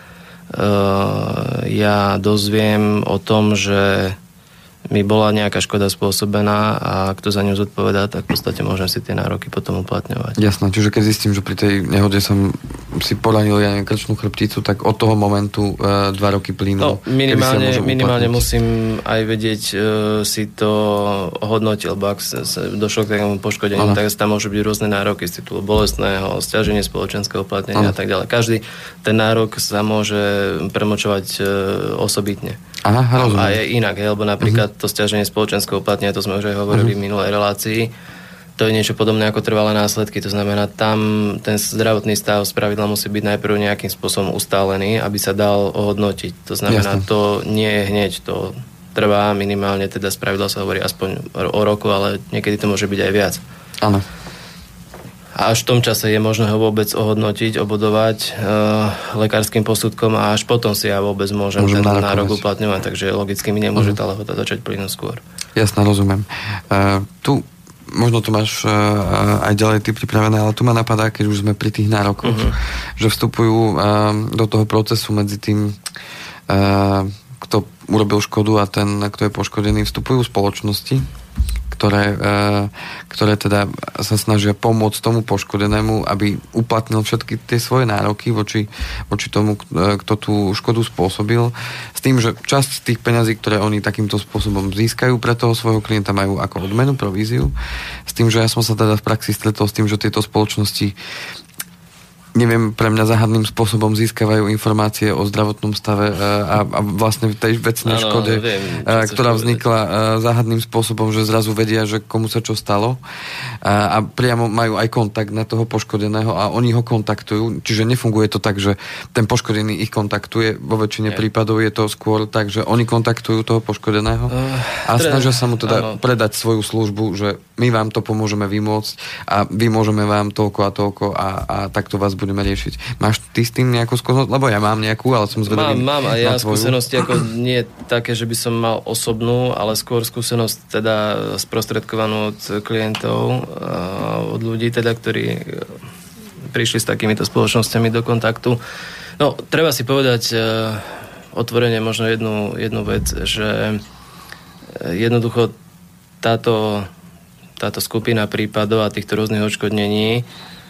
ja dozviem o tom, že mi bola nejaká škoda spôsobená a kto za ňu zodpovedá, tak v podstate môžem si tie nároky potom uplatňovať. Jasné, čiže keď zistím, že pri tej nehode som si poranil krčnú chrbticu, tak od toho momentu 2 roky plynú. No, minimálne musím aj vedieť si to ohodnotiť, lebo ak došlo k takému poškodeniu, tak tam môžu byť rôzne nároky z titulu bolestného, sťaženie spoločenského uplatnenia a tak ďalej. Každý ten nárok sa môže premočovať osobitne. Aha, rozumiem. A je inak, lebo napríklad to sťaženie spoločenského uplatnenia, to sme už aj hovorili v minulej relácii, to je niečo podobné ako trvalé následky, to znamená, tam ten zdravotný stav spravidla musí byť najprv nejakým spôsobom ustálený, aby sa dal ohodnotiť. To znamená, to nie je hneď, to trvá minimálne, teda spravidla sa hovorí aspoň o roku, ale niekedy to môže byť aj viac. Áno. A až v tom čase je možné ho vôbec ohodnotiť, obodovať lekárskym posudkom a až potom si ja vôbec môžem ten nárok uplatňovať, takže logicky mi nemôže tá lehota začať plynúť skôr. Jasné, rozumiem. Tu možno to máš aj ďalej ty pripravené, ale tu ma napadá, keď už sme pri tých nárokoch, že vstupujú do toho procesu medzi tým, kto urobil škodu a ten, kto je poškodený, vstupujú spoločnosti, ktoré teda sa snažia pomôcť tomu poškodenému, aby uplatnil všetky tie svoje nároky voči tomu, kto tú škodu spôsobil, s tým, že časť z tých peňazí, ktoré oni takýmto spôsobom získajú pre toho svojho klienta, majú ako odmenu, províziu, s tým, že ja som sa teda v praxi stretol s tým, že tieto spoločnosti, neviem, pre mňa záhadným spôsobom získavajú informácie o zdravotnom stave a vlastne tej vecnej škode, ktorá vznikla záhadným spôsobom, že zrazu vedia, že komu sa čo stalo a priamo majú aj kontakt na toho poškodeného a oni ho kontaktujú, čiže nefunguje to tak, že ten poškodený ich kontaktuje, vo väčšine prípadov je to skôr tak, že oni kontaktujú toho poškodeného a snažia sa mu teda predať svoju službu, že my vám to pomôžeme vymôcť a vymôžeme vám toľko a toľko a takto vás budeme riešiť. Máš ty s tým nejakú skúsenosť? Lebo ja mám nejakú, ale som zvedavý. Mám a ja skúsenosti ako nie také, že by som mal osobnú, ale skôr skúsenosť teda sprostredkovanú od klientov, od ľudí teda, ktorí prišli s takýmito spoločnosťami do kontaktu. No, treba si povedať otvorene možno jednu vec, že jednoducho táto skupina prípadov a týchto rôznych odškodnení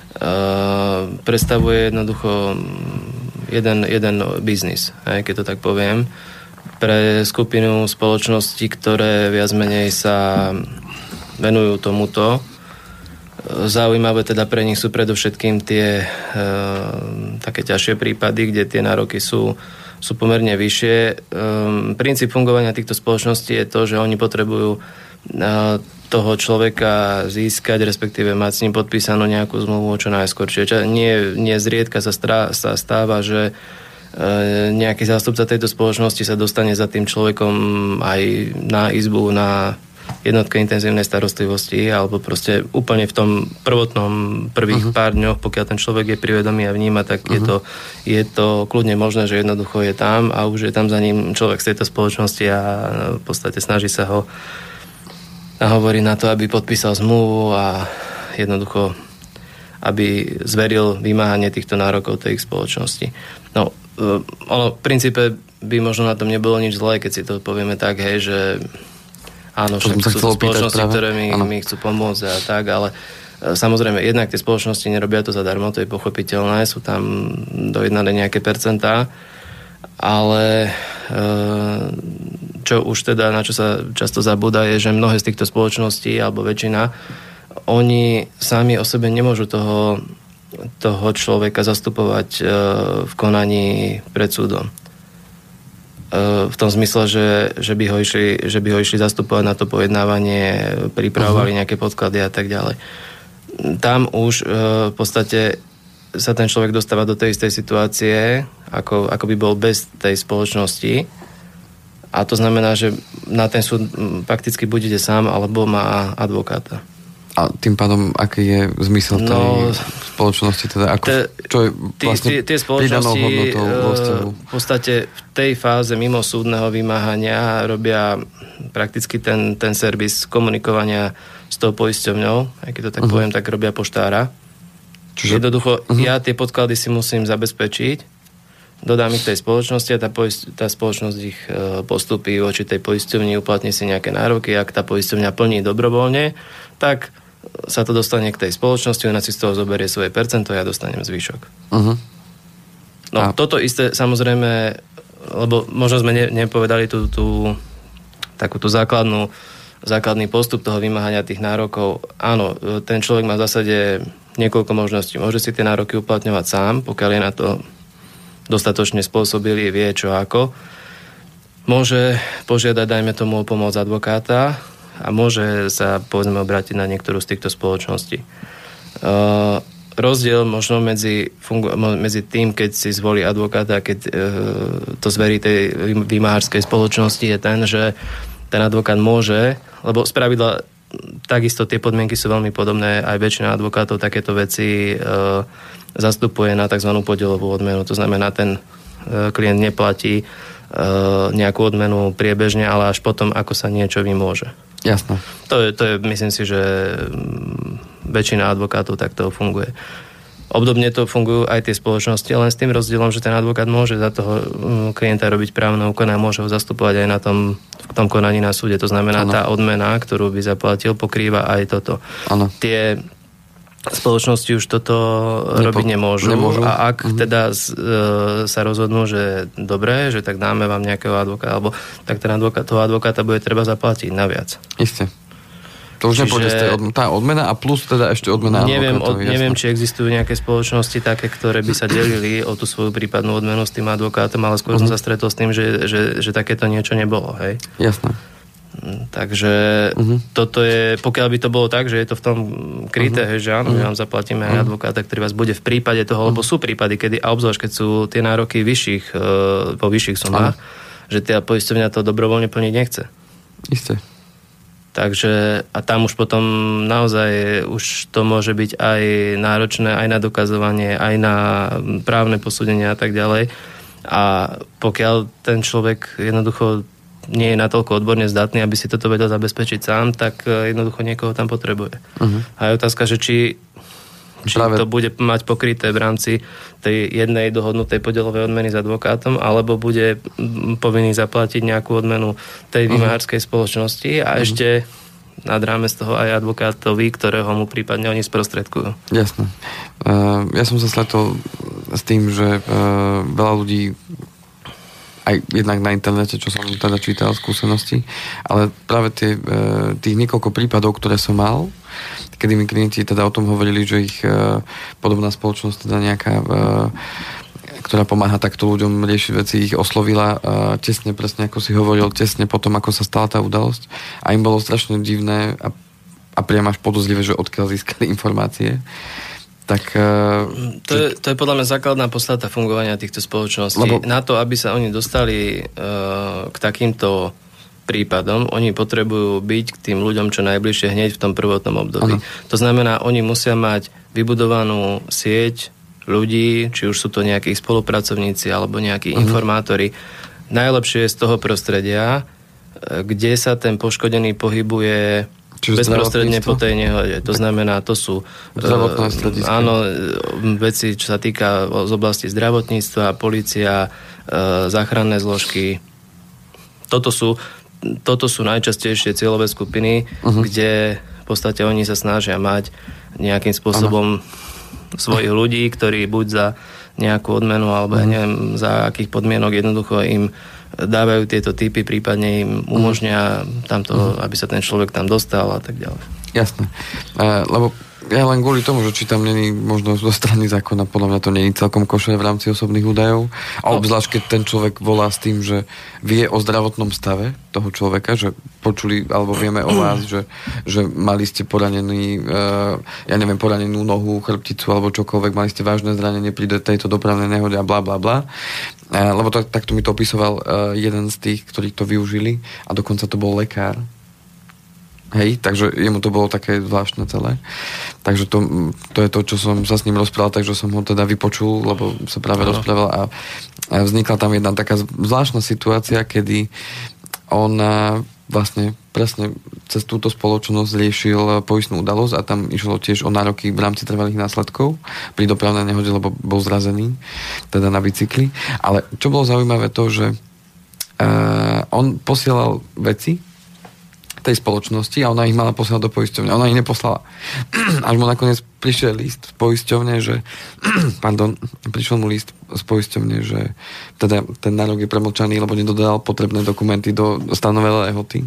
predstavuje jednoducho jeden biznis, keď to tak poviem, pre skupinu spoločností, ktoré viac menej sa venujú tomuto. Zaujímavé teda pre nich sú predovšetkým tie také ťažšie prípady, kde tie nároky sú pomerne vyššie. Princíp fungovania týchto spoločností je to, že oni potrebujú toho človeka získať, respektíve mať s ním podpísanú nejakú zmluvu čo najskôr. Čiže nie zriedka sa stáva, že nejaký zástupca tejto spoločnosti sa dostane za tým človekom aj na izbu, na jednotke intenzívnej starostlivosti, alebo proste úplne v tom prvých pár dňoch, pokiaľ ten človek je privedomý a vníma, tak je to kľudne možné, že jednoducho je tam a už je tam za ním človek z tejto spoločnosti a v podstate snaží sa ho nahovorí na to, aby podpísal zmluvu a jednoducho, aby zveril vymáhanie týchto nárokov tej ich spoločnosti. No, v princípe by možno na tom nebolo nič zlé, keď si to povieme tak, hej, že áno, však sú spoločnosti, ktoré mi chcú pomôcť a tak, ale samozrejme, jednak tie spoločnosti nerobia to zadarmo, to je pochopiteľné, sú tam dojednané nejaké percentá, ale čo už teda, na čo sa často zabúda, je, že mnohé z týchto spoločností, alebo väčšina, oni sami o sebe nemôžu toho človeka zastupovať v konaní pred súdom. V tom zmysle, že by ho išli zastupovať na to pojednávanie, pripravovali nejaké podklady a tak ďalej. Tam už v podstate sa ten človek dostáva do tej istej situácie, ako by bol bez tej spoločnosti. A to znamená, že na ten súd fakticky buď ide sám, alebo má advokáta. A tým pádom, aký je zmysel tej spoločnosti? Teda čo je vlastne pridanou hodnotou vo vzťahu? V podstate v tej fáze mimo súdneho vymáhania robia prakticky ten servis komunikovania s tou poisťovňou, aj keď to tak poviem, tak robia poštára. Čiže jednoducho, ja tie podklady si musím zabezpečiť, dodám ich tej spoločnosti a tá spoločnosť ich postupí voči tej poisťovni, uplatní si nejaké nároky. Ak tá poisťovňa plní dobrovoľne, tak sa to dostane k tej spoločnosti, ona si z toho zoberie svoje percento a ja dostanem zvyšok. No, toto isté, samozrejme, lebo možno sme nepovedali takúto základný postup toho vymáhania tých nárokov. Áno, ten človek má v zásade niekoľko možností. Môže si tie nároky uplatňovať sám, pokiaľ je na to dostatočne spôsobili, vie čo ako. Môže požiadať, dajme tomu, o pomoc advokáta a môže sa, povedzme, obrátiť na niektorú z týchto spoločností. Rozdiel možno medzi tým, keď si zvolí advokáta a keď to zverí tej vymáharskej spoločnosti, je ten, že ten advokát môže, lebo spravidla takisto tie podmienky sú veľmi podobné, aj väčšina advokátov takéto veci zastupuje na tzv. Podielovú odmenu. To znamená, ten klient neplatí nejakú odmenu priebežne, ale až potom, ako sa niečo vymôže. Jasné. To je, myslím si, že väčšina advokátov takto funguje. Obdobne to fungujú aj tie spoločnosti, len s tým rozdielom, že ten advokát môže za toho klienta robiť právne úkony a môže ho zastupovať aj v tom konaní na súde. To znamená, tá odmena, ktorú by zaplatil, pokrýva aj toto. Ano. Tie spoločnosti už toto robiť nemôžu. A ak teda sa rozhodnú, že dobre, že tak dáme vám nejakého advokáta, alebo tak ten toho advokáta bude treba zaplatiť naviac. Isté. To už nepôjde tá odmena a plus teda ešte odmena advokátovi. Neviem, či existujú nejaké spoločnosti také, ktoré by sa delili o tú svoju prípadnú odmenu s tým advokátom, ale skôr som sa stretol s tým, že takéto niečo nebolo. Hej? Jasné. Takže toto je, pokiaľ by to bolo tak, že je to v tom kryté, že áno, my vám zaplatíme aj advokáta, ktorý vás bude v prípade toho, lebo sú prípady, kedy, a obzvlášť keď sú tie nároky vo vyšších sumách, že tá poisťovňa to dobrovoľne plniť nechce. Isté. Takže a tam už potom naozaj už to môže byť aj náročné, aj na dokazovanie, aj na právne posúdenie a tak ďalej. A pokiaľ ten človek jednoducho nie je natoľko odborne zdatný, aby si toto vedel zabezpečiť sám, tak jednoducho niekoho tam potrebuje. A je otázka, že či to bude mať pokryté v rámci tej jednej dohodnutej podielovej odmeny s advokátom, alebo bude povinný zaplatiť nejakú odmenu tej vymáharskej spoločnosti a ešte nad rámec toho aj advokátovi, ktorého mu prípadne oni sprostredkujú. Jasné. Ja som sa stretol s tým, že veľa ľudí aj jednak na internete, čo som teda čítal skúsenosti, ale práve tých niekoľko prípadov, ktoré som mal, kedy mi klienti teda o tom hovorili, že ich podobná spoločnosť, teda nejaká, ktorá pomáha takto ľuďom riešiť veci, ich oslovila tesne, presne ako si hovoril, tesne potom, ako sa stala tá udalosť. A im bolo strašne divné a priam až podozrivé, že odkiaľ získali informácie. Tak, to je podľa mňa základná podstata fungovania týchto spoločností. Na to, aby sa oni dostali k takýmto prípadom, oni potrebujú byť k tým ľuďom čo najbližšie hneď v tom prvotnom období. To znamená, oni musia mať vybudovanú sieť ľudí, či už sú to nejakí spolupracovníci alebo nejakí informátori. Najlepšie je z toho prostredia, kde sa ten poškodený pohybuje bezprostredne po tej nehode. To znamená, to sú veci, čo sa týka z oblasti zdravotníctva, polícia, záchranné zložky. Toto sú najčastejšie cieľové skupiny, kde v podstate oni sa snažia mať nejakým spôsobom svojich ľudí, ktorí buď za nejakú odmenu, alebo ja neviem, za akých podmienok jednoducho im dávajú tieto typy, prípadne im umožnia tamto, aby sa ten človek tam dostal a tak ďalej. Jasné. Lebo ja len kvôli tomu, že či tam není možnosť zo strany zákona, podľa mňa to není celkom košer v rámci osobných údajov. A obzvlášť, keď ten človek volá s tým, že vie o zdravotnom stave toho človeka, že počuli, alebo vieme o vás, že mali ste poranenú nohu, chrbticu alebo čokoľvek, mali ste vážne zranenie pri tejto dopravnej nehode a bla bla bla. Lebo takto mi to opisoval jeden z tých, ktorí to využili a dokonca to bol lekár. Hej, takže jemu to bolo také zvláštne celé. Takže to je to, čo som sa s ním rozprával, takže som ho teda vypočul, lebo sa práve rozprával a vznikla tam jedna taká zvláštna situácia, kedy on vlastne presne cez túto spoločnosť riešil poistnú udalosť a tam išlo tiež o nároky v rámci trvalých následkov pri dopravnej nehode, lebo bol zrazený, teda na bicykli. Ale čo bolo zaujímavé to, že on posielal veci tej spoločnosti a ona ich mala poslať do poisťovne. Ona ich neposlala. Až mu nakoniec prišiel list z poisťovne, že prišiel mu list z poisťovne, že teda ten nárok je premlčaný, lebo nedodal potrebné dokumenty do stanovenej lehoty.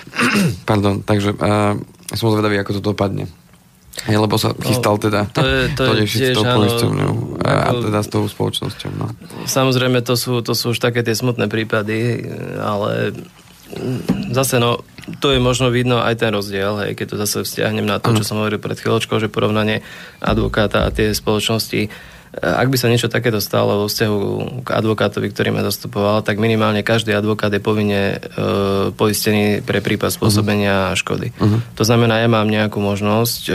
Takže som zvedavý, ako to dopadne. Lebo sa chystal teda to riešiť s tou poisťovňou a teda s tou spoločnosťou. No. Samozrejme, to sú už také tie smutné prípady, ale zase to je možno vidno aj ten rozdiel, hej, keď to zase vzťahnem na to, čo som hovoril pred chvíľočkou, že porovnanie advokáta a tie spoločnosti. Ak by sa niečo takéto stalo vo vzťahu k advokátovi, ktorý ma zastupoval, tak minimálne každý advokát je povinne poistený pre prípad spôsobenia škody. To znamená, ja mám nejakú možnosť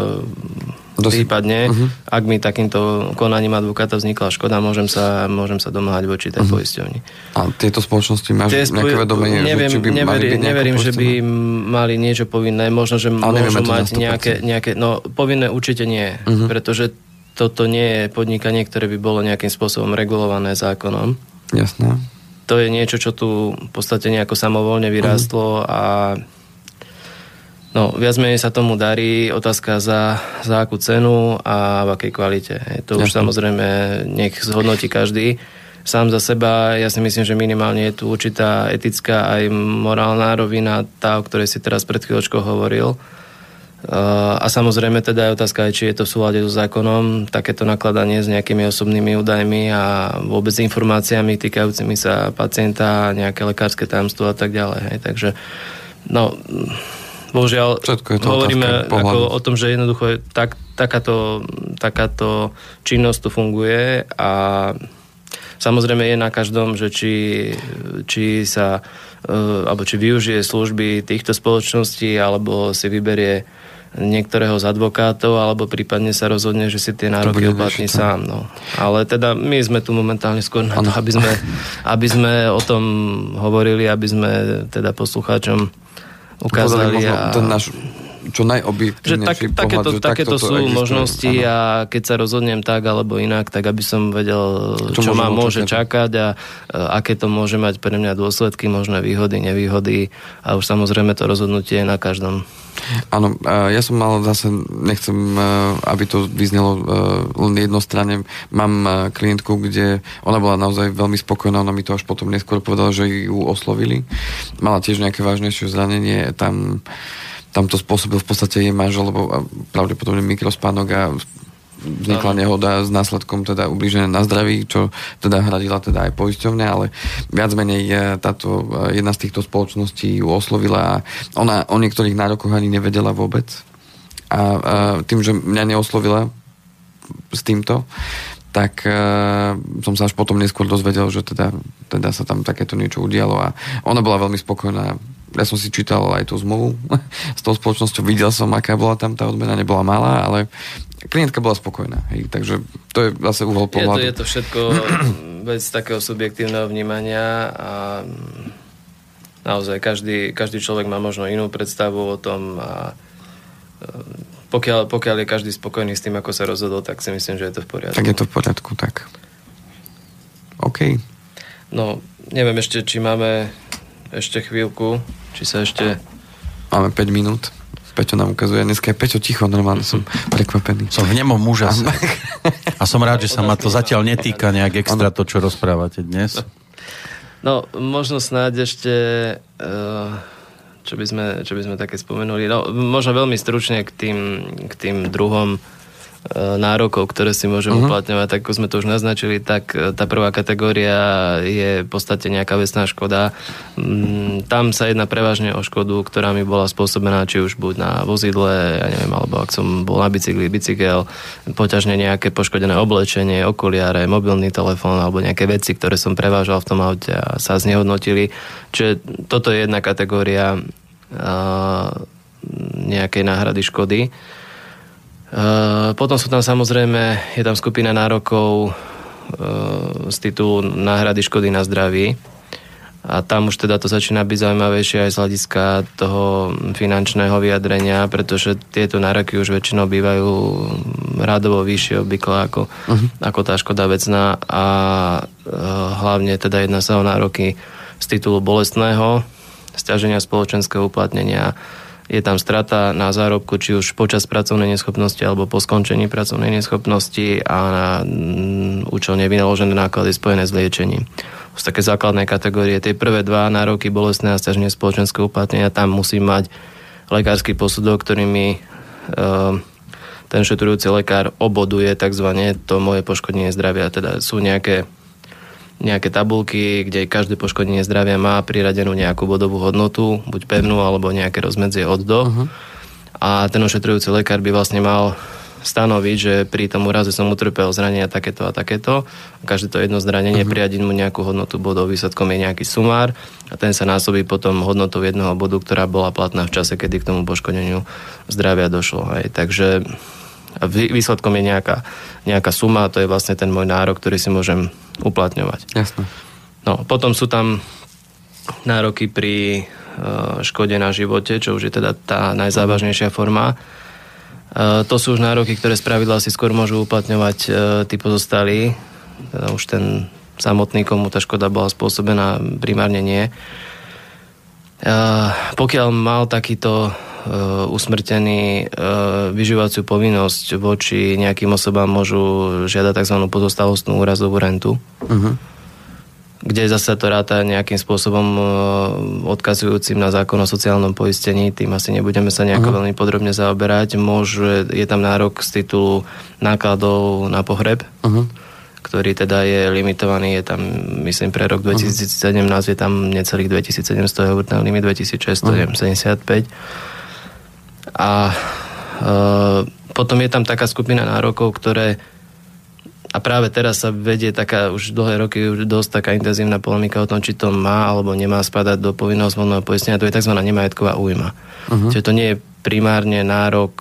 prípadne, ak mi takýmto konaním advokáta vznikla škoda, môžem sa domáhať voči tej poisťovni. A tieto spoločnosti máš nejaké vedomenie, že či by mali byť neverím, že by mali niečo povinné. Možno, že môžu mať nejaké... No, povinné určite nie. Pretože toto nie je podnikanie, ktoré by bolo nejakým spôsobom regulované zákonom. Jasné. To je niečo, čo tu v podstate nejako samovolne vyrástlo a no, viac menej sa tomu darí. Otázka za akú cenu a v akej kvalite. To už samozrejme nech zhodnotí každý. Sám za seba, ja si myslím, že minimálne je tu určitá etická aj morálna rovina, tá, o ktorej si teraz pred chvíľočkou hovoril. A samozrejme teda je otázka aj, či je to v súlade so zákonom, takéto nakladanie s nejakými osobnými údajmi a vôbec informáciami týkajúcimi sa pacienta, nejaké lekárske tajomstvo a tak ďalej. Hej. Takže no, bohužiaľ hovoríme ako o tom, že jednoducho takáto činnosť tu funguje a samozrejme je na každom, že či sa alebo či využije služby týchto spoločností alebo si vyberie niektorého z advokátov alebo prípadne sa rozhodne, že si tie nároky uplatní sám. No. Ale teda my sme tu momentálne skôr na to, aby sme o tom hovorili, aby sme teda poslucháčom ukázali ten náš čo najobjektívnejší pohľad, že takéto sú možnosti a keď sa rozhodnem tak alebo inak, tak aby som vedel, čo ma môže čakať a aké to môže mať pre mňa dôsledky, možné výhody, nevýhody a už samozrejme to rozhodnutie je na každom. Áno, ja som mal zase, nechcem, aby to vyznelo len jednostranne, mám klientku, kde ona bola naozaj veľmi spokojná, ona mi to až potom neskôr povedala, že ju oslovili. Mala tiež nejaké vážnejšie zranenie, tam to spôsobil v podstate jej manžel, lebo pravdepodobne mikrospánok a vznikla nehoda s následkom teda ublížené na zdraví, čo teda hradila teda aj poisťovňa, ale viac menej táto jedna z týchto spoločností ju oslovila a ona o niektorých nárokoch ani nevedela vôbec. A tým, že mňa neoslovila s týmto, tak som sa až potom neskôr dozvedel, že teda sa tam takéto niečo udialo a ona bola veľmi spokojná. Ja som si čítal aj tú zmluvu s tou spoločnosťou, videl som, aká bola tam tá odmena, nebola malá, ale klientka bola spokojná. Hej, takže to je zase uhol pohľadu. Je to všetko vec takého subjektívneho vnímania a naozaj každý človek má možno inú predstavu o tom a pokiaľ je každý spokojný s tým, ako sa rozhodol, tak si myslím, že je to v poriadku. Tak je to v poriadku, tak. OK. No, neviem ešte, či máme ešte chvíľku, či sa ešte... Máme 5 minút. Peťo nám ukazuje. Dneska je Peťo ticho, normálne som prekvapený. Som v nemom úžase. A som rád, že sa ma to zatiaľ netýka nejak extra to, čo rozprávate dnes. No, možno snáď ešte... Čo by sme také spomenuli. No, možno veľmi stručne k tým druhom nárokov, ktoré si môžem uplatňovať, tak ako sme to už naznačili, tak tá prvá kategória je v podstate nejaká vecná škoda. Tam sa jedná prevažne o škodu, ktorá mi bola spôsobená či už buď na vozidle, ja neviem, alebo ak som bol na bicykel, poťažne nejaké poškodené oblečenie, okuliare, mobilný telefón alebo nejaké veci, ktoré som prevážal v tom aute a sa znehodnotili. Čiže toto je jedna kategória nejakej náhrady škody. Potom sú tam samozrejme, je tam skupina nárokov z titulu náhrady škody na zdraví a tam už teda to začína byť zaujímavejšie aj z hľadiska toho finančného vyjadrenia, pretože tieto nároky už väčšinou bývajú rádovo vyššie obvykle ako tá škoda vecná a hlavne teda jedná sa o nároky z titulu bolestného sťaženia spoločenského uplatnenia. Je tam strata na zárobku, či už počas pracovnej neschopnosti alebo po skončení pracovnej neschopnosti a na účelne vynaložené náklady spojené s liečením. To sú také základné kategórie. Tie prvé dva nároky bolestné a sťaženie spoločenského uplatnenia, tam musí mať lekársky posudok, ktorými ten šetrujúci lekár oboduje takzvané to moje poškodenie zdravia. Teda sú nejaké tabulky, kde každé poškodenie zdravia má priradenú nejakú bodovú hodnotu, buď pevnú, alebo nejaké rozmedzie od do. A ten ošetrujúci lekár by vlastne mal stanoviť, že pri tom úraze som utrpel zranenia takéto a takéto. Každé to jedno zranenie priradiť mu nejakú hodnotu bodov, výsledkom je nejaký sumár a ten sa násobí potom hodnotou jedného bodu, ktorá bola platná v čase, kedy k tomu poškodeniu zdravia došlo. Hej. Takže výsledkom je nejaká suma, to je vlastne ten môj nárok, ktorý si môžem uplatňovať. Jasné. No, potom sú tam nároky pri škode na živote, čo už je teda tá najzávažnejšia forma. To sú už nároky, ktoré spravidla si skôr môžu uplatňovať tí pozostalí. Teda už ten samotný, komu tá škoda bola spôsobená, primárne nie. Pokiaľ mal takýto usmrtený vyžívaciu povinnosť voči nejakým osobám, môžu žiadať tzv. Pozostalostnú úrazovú rentu, kde zase to ráta nejakým spôsobom odkazujúcim na zákon o sociálnom poistení. Tým asi nebudeme sa nejako veľmi podrobne zaoberať. Je tam nárok z titulu nákladov na pohreb, ktorý teda je limitovaný, je tam, myslím, pre rok 2017 je tam necelých 2700 eur, tam limit 2675. A potom je tam taká skupina nárokov, ktoré, a práve teraz sa vedie taká, už dlhé roky, už dosť taká intenzívna polemika o tom, či to má alebo nemá spadať do povinného zmluvného poistenia, to je tzv. Nemajetková újma. Čiže to nie je primárne nárok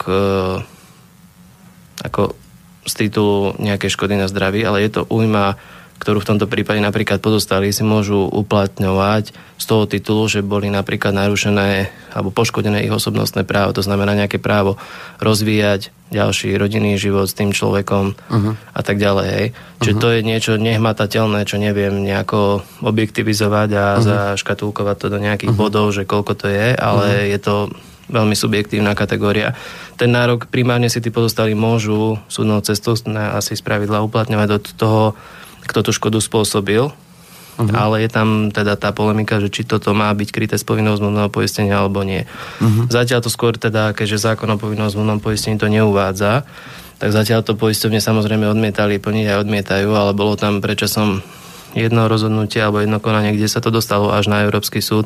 ako z titulu nejakej škody na zdraví, ale je to újma, ktorú v tomto prípade napríklad pozostali si môžu uplatňovať z toho titulu, že boli napríklad narušené alebo poškodené ich osobnostné právo, to znamená nejaké právo rozvíjať ďalší rodinný život s tým človekom a tak ďalej. Hej. Čiže to je niečo nehmatateľné, čo neviem nejako objektivizovať a zaškatulkovať to do nejakých bodov, že koľko to je, ale je to veľmi subjektívna kategória. Ten nárok primárne si tí pozostali môžu súdnou cestou asi spravidla uplatňovať do toho, kto tú škodu spôsobil, ale je tam teda tá polemika, že či toto má byť kryté z povinného zmluvného poistenia alebo nie. Zatiaľ to skôr teda, keďže zákon o povinnom zmluvnom poistení to neuvádza, tak zatiaľ to poisťovne samozrejme odmietali plniť a odmietajú, ale bolo tam predčasom jedno rozhodnutie alebo jedno konanie, kde sa to dostalo až na Európsky súd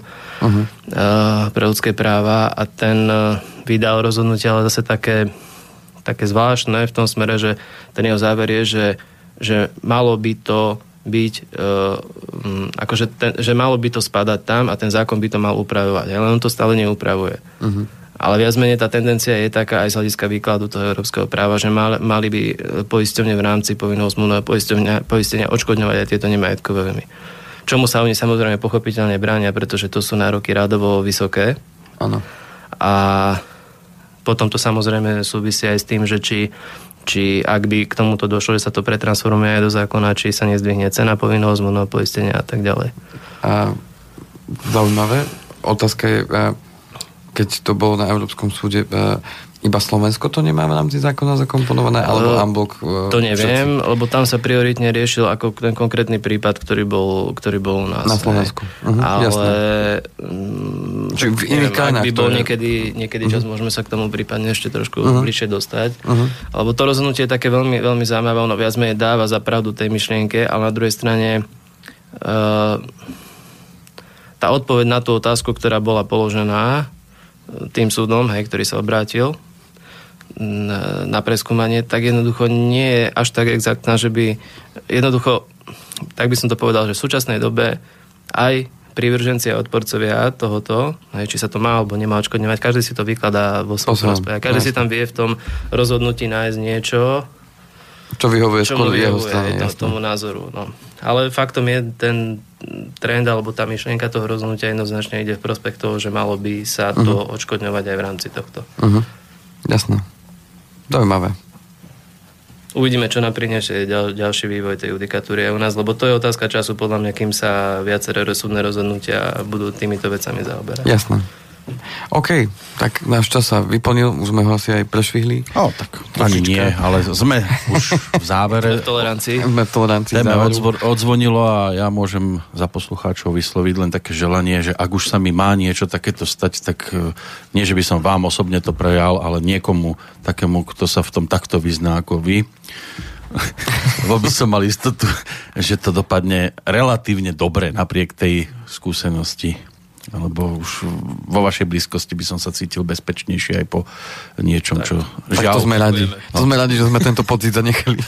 pre ľudské práva a ten vydal rozhodnutie, ale zase také zvláštne v tom smere, že ten jeho záver je, že malo by to byť akože že malo by to spadať tam a ten zákon by to mal upravovať. Ale on to stále neupravuje. Ale viac menej tá tendencia je taká aj z hľadiska výkladu toho európskeho práva, že mali by poisťovne v rámci povinného zmluvného poistenia odškodňovať aj tieto nemajetkové újmy. Čomu sa oni samozrejme pochopiteľne bránia, pretože to sú nároky rádovo vysoké. Áno. A potom to samozrejme súvisí aj s tým, že či ak by k tomuto došlo, že sa to pretransformuje aj do zákona, či sa nezdvihne cena povinného zmluvného poistenia a tak ďalej. Zaujímavé. Otázka je, keď to bolo na Európskom súde, iba Slovensko to nemá v rámci zákona zakomponované, alebo Amblok? To neviem, lebo tam sa prioritne riešil ako ten konkrétny prípad, ktorý bol u nás. Na Slovensku. Ale čiže v iných krajinách. Ak by bol niekedy čas, môžeme sa k tomu prípadne ešte trošku bližšie dostať. Lebo to rozhodnutie je také veľmi, veľmi zaujímavé, ono viac menej dáva za pravdu tej myšlienke, ale na druhej strane tá odpoveď na tú otázku, ktorá bola položená tým súdom, ktorý sa obrátil na preskúmanie, tak jednoducho nie je až tak exaktná, že by jednoducho, tak by som to povedal, že v súčasnej dobe aj prívrženci a odporcovia tohoto, či sa to má alebo nemá odškodňovať, každý si to vykladá vo svojom prospech. Každý si tam vie v tom rozhodnutí nájsť niečo, čo vyhovuje skôr jeho strane. Tomu názoru. No. Ale faktom je, ten trend alebo tá myšlienka toho rozhodnutia jednoznačne ide v prospech toho, že malo by sa to odškodňovať aj v rámci tohto. Jasné. Zaujímavé. Uvidíme, čo nám prinesie ďalší vývoj tej judikatúry u nás, lebo to je otázka času, podľa mňa, kým sa viaceré súdne rozhodnutia budú týmito vecami zaoberať. Jasné. OK, tak náš čas sa vyplnil, už sme ho asi aj prešvihli. Tak ani nie, ale sme už v závere. Sme v tolerancii. Odzvonilo a ja môžem za poslucháčov vysloviť len také želanie, že ak už sa mi má niečo takéto stať, tak nie, že by som vám osobne to prejal, ale niekomu takému, kto sa v tom takto vyzná ako vy. Lebo by som mal istotu, že to dopadne relatívne dobre napriek tej skúsenosti. Lebo už vo vašej blízkosti by som sa cítil bezpečnejšie aj po niečom, čo žiaľ... Tak to sme radi. To sme radi, že sme tento pocit zanechali.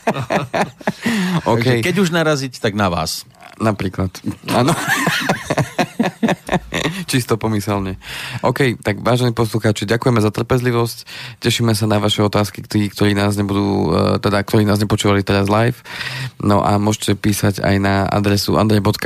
Okay. Keď už naraziť, tak na vás. Napríklad. Áno. Čisto pomyselne. OK, tak vážení poslucháči, ďakujeme za trpezlivosť. Tešíme sa na vaše otázky, ktorí nás nebudú, ktorí nás nepočúvali teraz live. No a môžete písať aj na adresu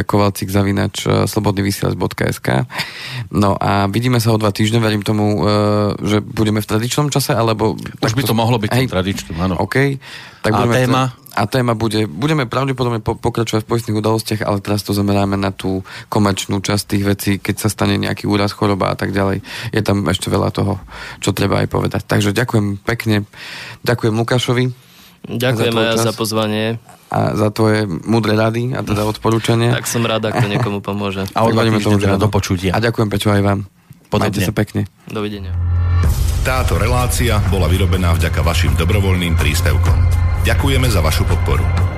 andrej.kovalcik@slobodnyvysielac.sk. No a vidíme sa o 2 týždne. Verím tomu, že budeme v tradičnom čase, alebo... Už by to mohlo byť tradičným, áno. OK. Tak a téma budeme pravdepodobne pokračovať v poistných udalostiach, ale teraz to zameráme na tú komerčnú časť tých vecí, keď sa stane nejaký úraz, choroba a tak ďalej. Je tam ešte veľa toho, čo treba aj povedať. Takže ďakujem pekne. Ďakujem Lukášovi. Ďakujem aj za pozvanie. A za tvoje múdre rady a teda odporúčania. Tak som rád, ak to niekomu pomôže. A odvadíme tomu do počutia. A ďakujem Pečo aj vám. Majte sa pekne. Dovidenia. Táto relácia bola vyrobená vďaka vašim dobrovoľným príspevkom. Ďakujeme za vašu podporu.